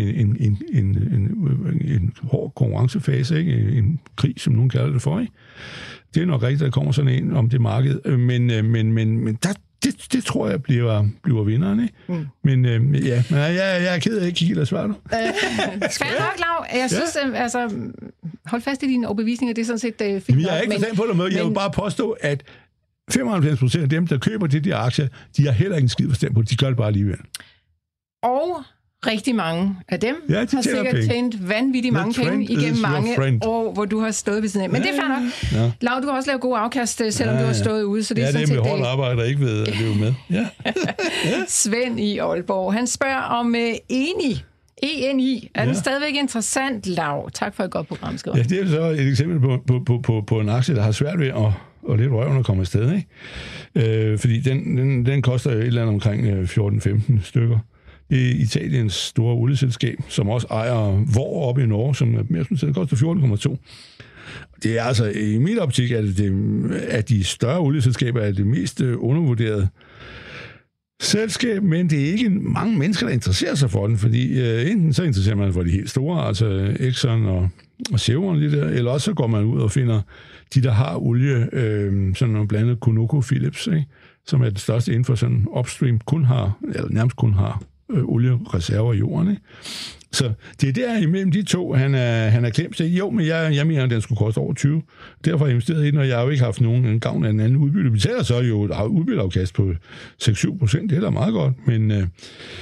en hård konkurrencefase, ikke? En krig, som nogen kalder det for. Ikke? Det er nok rigtigt, at der kommer sådan en om det marked, men det tror jeg bliver vinderen, ikke? Men jeg er ked af ikke helt at svare nu. Skal nok, Lau. Jeg synes, altså, hold fast i dine overbevisninger, det er sådan set fint. Men jeg er ikke forstand på det med. Jeg vil bare påstå, at 95% af dem, der køber de der aktier, de har heller ikke en skid forstand på det. De gør det bare alligevel. Og rigtig mange af dem har sikkert tjent vanvittigt mange penge igennem mange år, hvor du har stået ved siden af. Men det er fair nok. Ja. Lau, du har også lavet gode afkast, selvom du har stået ude. Så det er sådan det er med hårdt arbejde, der ikke ved at leve med. Ja. Svend i Aalborg, han spørger om ENI. Er den stadigvæk interessant, Lau? Tak for et godt program, skriver. Ja, det er så et eksempel på en aktie, der har svært ved at lidt røven at komme afsted, ikke? Fordi den koster jo et eller andet omkring 14-15 stykker. Det er Italiens store olieselskab, som også ejer Vår oppe i Norge, som det koster 14,2. Det er altså, i min optik, at de større olieselskaber er det mest undervurderede selskab, men det er ikke mange mennesker, der interesserer sig for den, fordi enten så interesserer man for de helt store, altså Exxon og Chevron, eller også så går man ud og finder de, der har olie, sådan noget blandet ConocoPhillips, ikke? Som er det største inden for sådan upstream, nærmest kun har oliereserver i jorden, ikke? Så det er der imellem de to, han er klemt sig. Jo, men jeg mener, at den skulle koste over 20. Derfor har jeg investeret i den, og jeg har jo ikke haft nogen gavn af en anden udbytte. Vi betaler så jo et udbytteafkast på 6-7%. Det er da meget godt,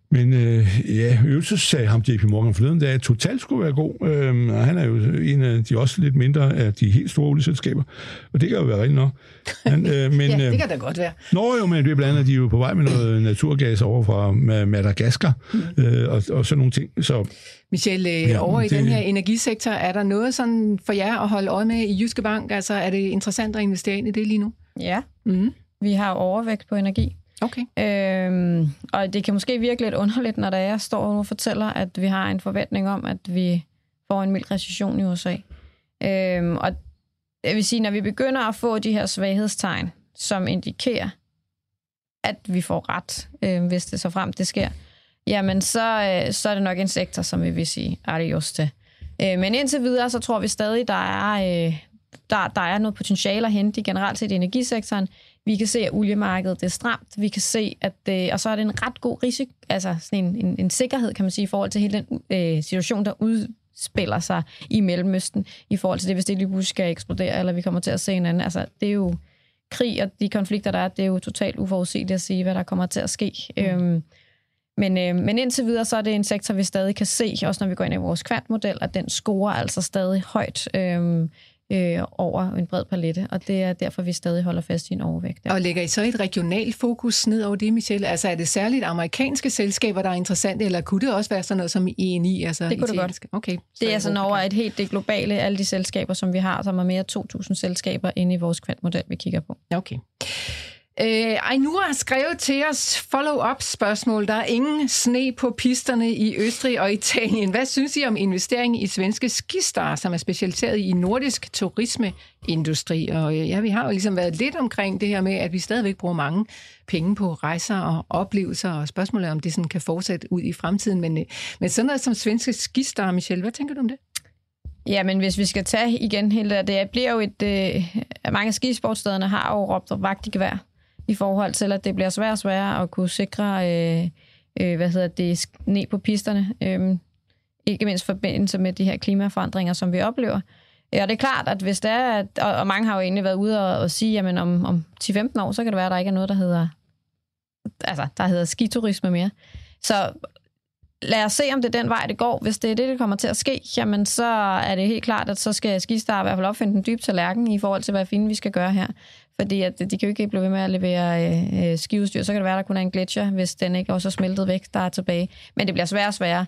Men så sagde ham JP Morgan forleden, at Total skulle være god. Og han er jo en af de også lidt mindre af de helt store olieselskaber. Og det kan jo være rigtigt nok. Men, ja, det kan da godt være. Men det er blandt andet, de er jo på vej med noget naturgas over fra Madagaskar og sådan nogle ting. Så, Michel, over i den her energisektor, er der noget sådan for jer at holde øje med i Jyske Bank? Altså, er det interessant at investere ind i det lige nu? Ja, vi har overvægt på energi. Okay. Og det kan måske virke lidt underligt, når jeg står og fortæller, at vi har en forventning om, at vi får en mild recession i USA. Og jeg vil sige, når vi begynder at få de her svaghedstegn, som indikerer, at vi får ret, hvis det så frem det sker, jamen så er det nok en sektor, som vi vil sige adios til. Men indtil videre, så tror vi stadig, der er noget potentiale at hente i generelt set i energisektoren. Vi kan se, at oliemarkedet er stramt. Vi kan se, at og så er det en ret god risiko, altså sådan en sikkerhed, kan man sige, i forhold til hele den situation, der udspiller sig i Mellemøsten, i forhold til det, hvis det lige pludselig skal eksplodere, eller vi kommer til at se en anden. Altså, det er jo krig, og de konflikter, der er, det er jo totalt uforudsigeligt at sige, hvad der kommer til at ske. Men indtil videre, så er det en sektor, vi stadig kan se, også når vi går ind i vores kvantmodel, at den scorer altså stadig højt over en bred palette, og det er derfor, vi stadig holder fast i en overvægt. Og lægger I så et regionalt fokus ned over det, Michel? Altså er det særligt amerikanske selskaber, der er interessante, eller kunne det også være sådan noget som ENI? Altså det kunne det godt. Okay, det er sådan over det globale, alle de selskaber, som vi har, som er mere 2.000 selskaber inde i vores kvantmodel, vi kigger på. Okay. Ainur har skrevet til os follow-up spørgsmål. Der er ingen sne på pisterne i Østrig og Italien. Hvad synes I om investering i svenske Skistar, som er specialiseret i nordisk turismeindustri? Og ja, vi har jo ligesom været lidt omkring det her med, at vi stadigvæk bruger mange penge på rejser og oplevelser, og spørgsmålet er, om det sådan kan fortsætte ud i fremtiden. Men sådan noget som svenske Skistar, Michel, hvad tænker du om det? Ja, men hvis vi skal tage igen hele det bliver jo mange skisportstederne har jo råbt og vagt i gevær i forhold til, at det bliver sværere og sværere at kunne sikre sne på pisterne. Ikke mindst i forbindelse med de her klimaforandringer, som vi oplever. Ja, det er klart, at hvis det er, og mange har jo egentlig været ude og sige, jamen om 10-15 år, så kan det være, at der ikke er noget, der hedder skiturisme mere. Så lad os se, om det er den vej, det går. Hvis det er det, der kommer til at ske, jamen så er det helt klart, at så skal Skistar i hvert fald opfinde den dybe tallerken i forhold til, hvad fint vi skal gøre her. Fordi at de kan jo ikke blive ved med at levere skiudstyr. Så kan det være, at der kun er en gletsjer, hvis den ikke også er smeltet væk, der er tilbage. Men det bliver sværere og sværere.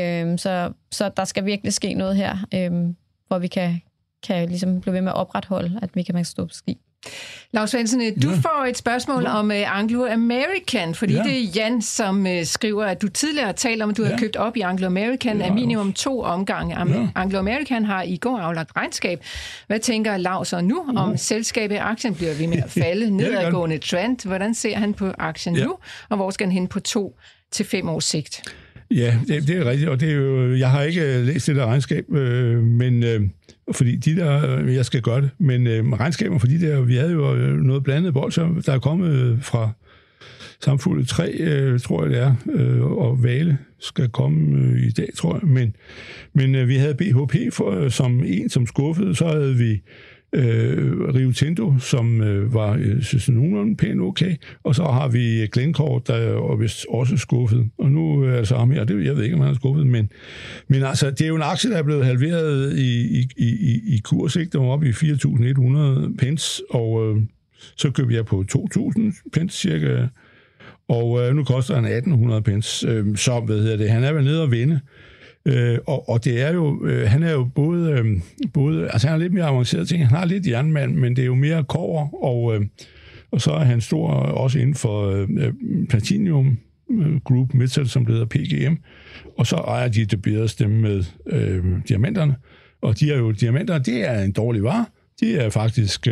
Så der skal virkelig ske noget her, hvor vi kan ligesom blive ved med at opretholde, at vi kan stå på ski. Lars Svendsen, du får et spørgsmål om Anglo-American, fordi det er Jan, som skriver, at du tidligere har talt om, at du har købt op i Anglo-American af minimum 2 omgange. Anglo-American har i går aflagt regnskab. Hvad tænker Lars så nu om selskabet? Aktien bliver ved med at falde, nedadgående trend. Hvordan ser han på aktien nu, og hvor skal han hen på 2 til 5 års sigt? Ja, det er rigtigt, og det er jo, jeg har ikke læst det der regnskab, men fordi de der, jeg skal gøre det, men regnskaber for de der, vi havde jo noget blandet bolcher, der er kommet fra Samfundet 3, tror jeg det er, og Vale skal komme i dag, tror jeg, men vi havde BHP som skuffede, så havde vi Rio Tinto, som var nogenlunde pænt okay, og så har vi Glencore, der er vist også skuffet, og nu er så ham her, jeg ved ikke, om han er skuffet, men altså, det er jo en aktie, der er blevet halveret i kurs, ikke? Den var oppe i 4.100 pence, og så købte jeg på 2.000 pence cirka, og nu koster han 1.800 pence, så han er vel nede og vinde. Og det er jo, han er jo både, altså han er lidt mere avanceret ting, han har lidt jernmand, men det er jo mere kobber, og så er han stor også inden for Platinum Group Metal, som det hedder PGM, og så ejer de etableret stemme med diamanterne, og diamanterne, det er en dårlig vare. De er faktisk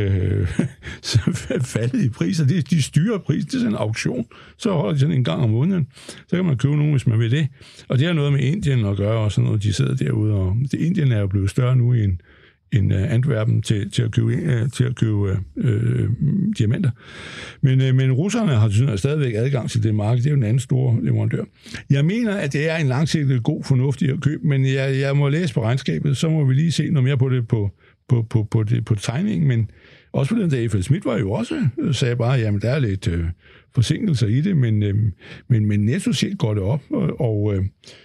faldet i priser. De styrer prisen til sådan en auktion. Så holder de sådan en gang om måneden. Så kan man købe nogen, hvis man vil det. Og det har noget med Indien at gøre, og sådan noget. De sidder derude, og Indien er jo blevet større nu end Antwerpen til at købe diamanter. Men russerne har stadigvæk adgang til det marked. Det er jo en anden stor leverandør. Jeg mener, at det er en langsigtet god, fornuftig at købe, men jeg må læse på regnskabet, så må vi lige se noget mere på det på tegningen, også på den dag, Eiffel Schmidt var jo også, sagde bare, jamen der er lidt forsinkelser i det, men netto set går det op, og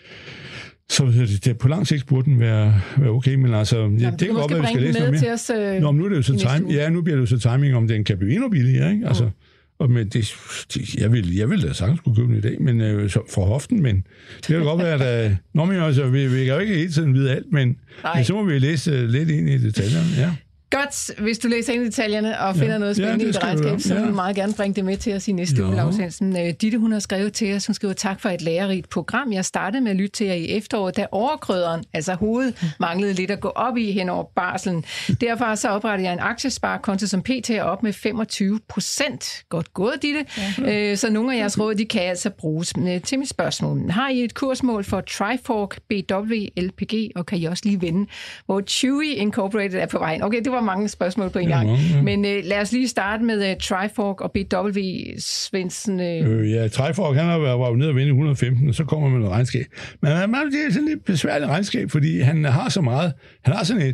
så det på lang sigt burde den være okay, men altså, jamen, det kan godt være, vi skal læse noget mere. Os, nå, nu er det jo så nu bliver det jo så timing, om den kan blive endnu billigere, ikke? Altså, men jeg vil da sagtens kunne købe den i dag, men fra hoften, men det kan godt være, at vi kan jo ikke hele tiden vide alt, men så må vi læse lidt ind i detaljerne, ja. Godt, hvis du læser ind i detaljerne og finder noget spændende i et regnskab, så vil du meget gerne bringe det med til os i næste uge, Laus Svendsen. Ditte, hun har skrevet til os, hun skriver tak for et lærerigt program. Jeg startede med at lytte til jer i efteråret, da overkrøderen, altså hovedet, manglede lidt at gå op i hen over barselen. Derfor så oprettede jeg en aktiesparekonto, som pt. Er op med 25%. Godt gået, Ditte. Ja. Så nogle af jeres råd, de kan altså bruges til mit spørgsmål. Har I et kursmål for Trifork, BW, LPG, og kan I også lige vende, hvor Chewy Incorporated er på vejen? Okay, det var mange spørgsmål på en gang. Men lad os lige starte med Trifork og BW, Svendsen. Ja, Trifork, han var jo nede og vinde 115, og så kommer man med et regnskab. Men det er sådan lidt besværligt regnskab, fordi han har så meget. Han har sådan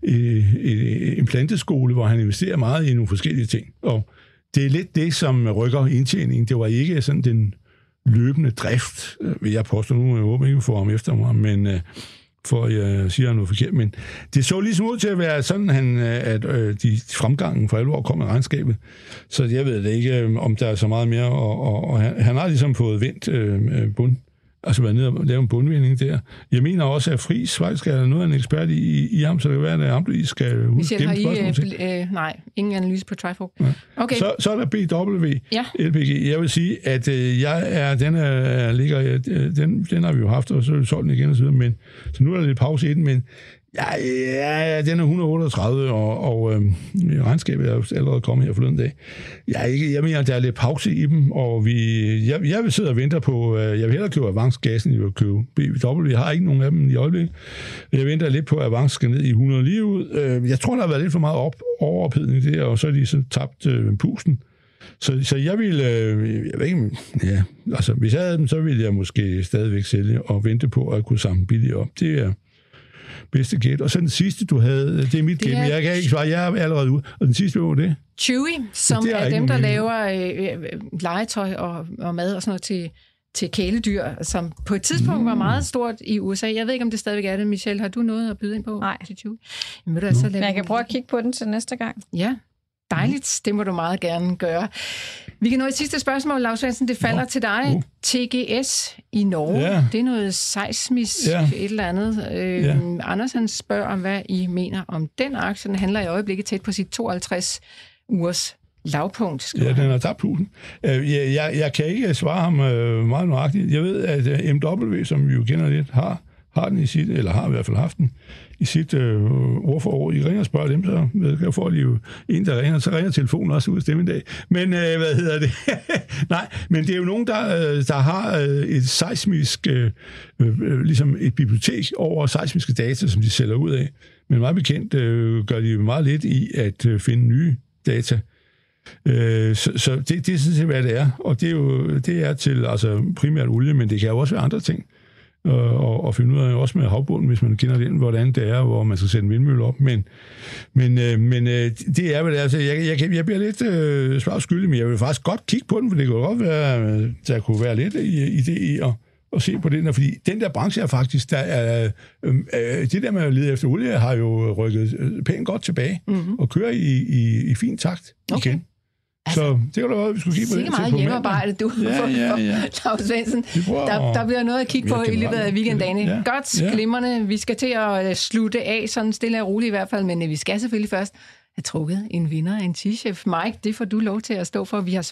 en planteskole, hvor han investerer meget i nogle forskellige ting. Og det er lidt det, som rykker indtjeningen. Det var ikke sådan den løbende drift, vil jeg påstå nu. Jeg håber ikke, vi får ham efter mig, men for jeg siger noget forkert, men det så ligesom ud til at være sådan, at de fremgangen for 11 år kom i regnskabet. Så jeg ved ikke, om der er så meget mere, og han har ligesom fået vendt bund, altså været nede og lave en bundvinding der. Jeg mener også, at Friis faktisk er noget af en ekspert i ham, så det kan være, at Amble skal huske gennem spørgsmål. Nej, ingen analyse på Trifork. Ja. Okay. Så er der BW, LPG. Jeg vil sige, at den har vi jo haft, og så er vi solgt den igen og så videre, men så nu er der lidt pause i den, men ja, den er 138, og regnskabet er jo allerede kommet her forleden dag. Jeg mener, der er lidt pause i dem, og jeg vil sidde og vente på, jeg vil hellere købe Avance-gassen, end jeg vil købe BW. Jeg har ikke nogen af dem i øjeblikket. Jeg venter lidt på, at Avance skal ned i 100 lige ud. Jeg tror, der har været lidt for meget overophedning der, og så er de så tabt pusten. Så jeg ved ikke, altså hvis jeg havde dem, så ville jeg måske stadigvæk sælge og vente på at kunne samle billigt op. Det er bedste gæt. Og så den sidste, du havde, det er mit gæt, men jeg kan ikke svare, jeg er allerede ude. Og den sidste, hvad var det? Chewy, som er dem, der laver legetøj og mad og sådan noget til kæledyr, som på et tidspunkt var meget stort i USA. Jeg ved ikke, om det stadigvæk er det. Michelle, har du noget at byde ind på? Nej. Til Chewy? Men jeg kan prøve at kigge på den til næste gang. Ja. Dejligt, det må du meget gerne gøre. Vi kan nå et sidste spørgsmål, Laus Svendsen. Det falder til dig. TGS i Norge, det er noget seismisk et eller andet. Anders han spørger, hvad I mener om den aktie. Den handler i øjeblikket tæt på sit 52 ugers lavpunkt. Ja, den har tabt pusen. Jeg kan ikke svare ham meget nøjagtigt. Jeg ved, at MW, som vi jo kender lidt, har den i sit, eller har i hvert fald haft den i sit ordforår. I ringer og spørger dem, så får de jo en, der ringer, så ringer telefonen også ud af stemme en dag. Men hvad hedder det? Nej, men det er jo nogen, der har et seismisk, ligesom et bibliotek over seismiske data, som de sælger ud af. Men meget bekendt gør de meget lidt i at finde nye data. Så det er sådan set, hvad det er. Og det er til altså primært olie, men det kan jo også være andre ting. Og finde ud af også med havbunden, hvis man kender den, hvordan det er, hvor man skal sætte en vindmølle op. Men det er vel altså, jeg bliver lidt svarskyldig, men jeg vil faktisk godt kigge på den, for det kunne godt være, der kunne være lidt idé i at se på den der, fordi den der branche er faktisk, der er, det der med at lede efter olie, har jo rykket pænt godt tilbage, og kører i fin takt igen. Altså, så det var da noget, vi skulle kigge på. Det er ikke meget hjemmearbejde, du for Laus Svendsen. Der bliver noget at kigge på i løbet af weekenddagen. Ja. Godt, glimrende. Vi skal til at slutte af, sådan stille og roligt i hvert fald, men vi skal selvfølgelig først have trukket en vinder af en T-chef. Mike, det får du lov til at stå for. Vi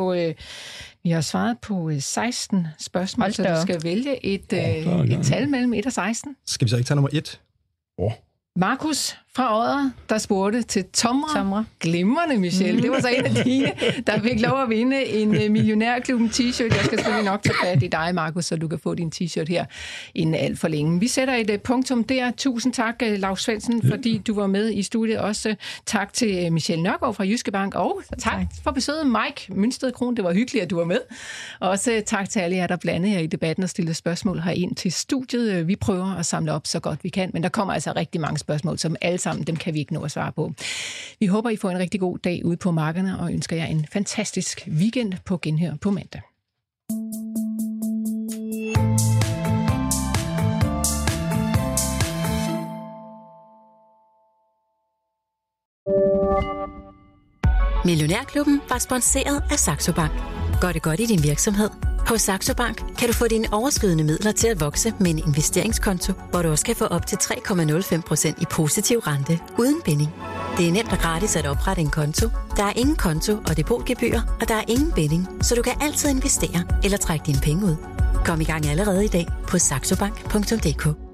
har svaret på 16 spørgsmål, så du skal vælge et tal mellem 1 og 16. Skal vi så ikke tage nummer 1? Markus fra Odder, der spurgte til Tomra. Glimrende, Michelle. Det var så en af dine, der fik lov at vinde en Millionærklubben t-shirt. Jeg skal selvfølgelig nok tage fat i dig, Markus, så du kan få din t-shirt her inden alt for længe. Vi sætter et punktum der. Tusind tak, Laus Svendsen, fordi du var med i studiet. Også tak til Michelle Nørgaard fra Jyske Bank, og tak for besøget, Mike Mønsted Kron. Det var hyggeligt, at du var med. Også tak til alle jer, der blandede jer i debatten og stillede spørgsmål herind til studiet. Vi prøver at samle op så godt vi kan, men der kommer altså rigtig mange spørgsmål, som alle sammen, dem kan vi ikke nå at svare på. Vi håber, I får en rigtig god dag ude på markederne, og ønsker jer en fantastisk weekend på genhør på mandag. Millionærklubben var sponsoreret af Saxo Bank. Gør det godt i din virksomhed? Hos Saxo Bank kan du få dine overskydende midler til at vokse med en investeringskonto, hvor du også kan få op til 3,05% i positiv rente uden binding. Det er nemt og gratis at oprette en konto. Der er ingen konto og depotgebyr, og der er ingen binding, så du kan altid investere eller trække dine penge ud. Kom i gang allerede i dag på saxobank.dk.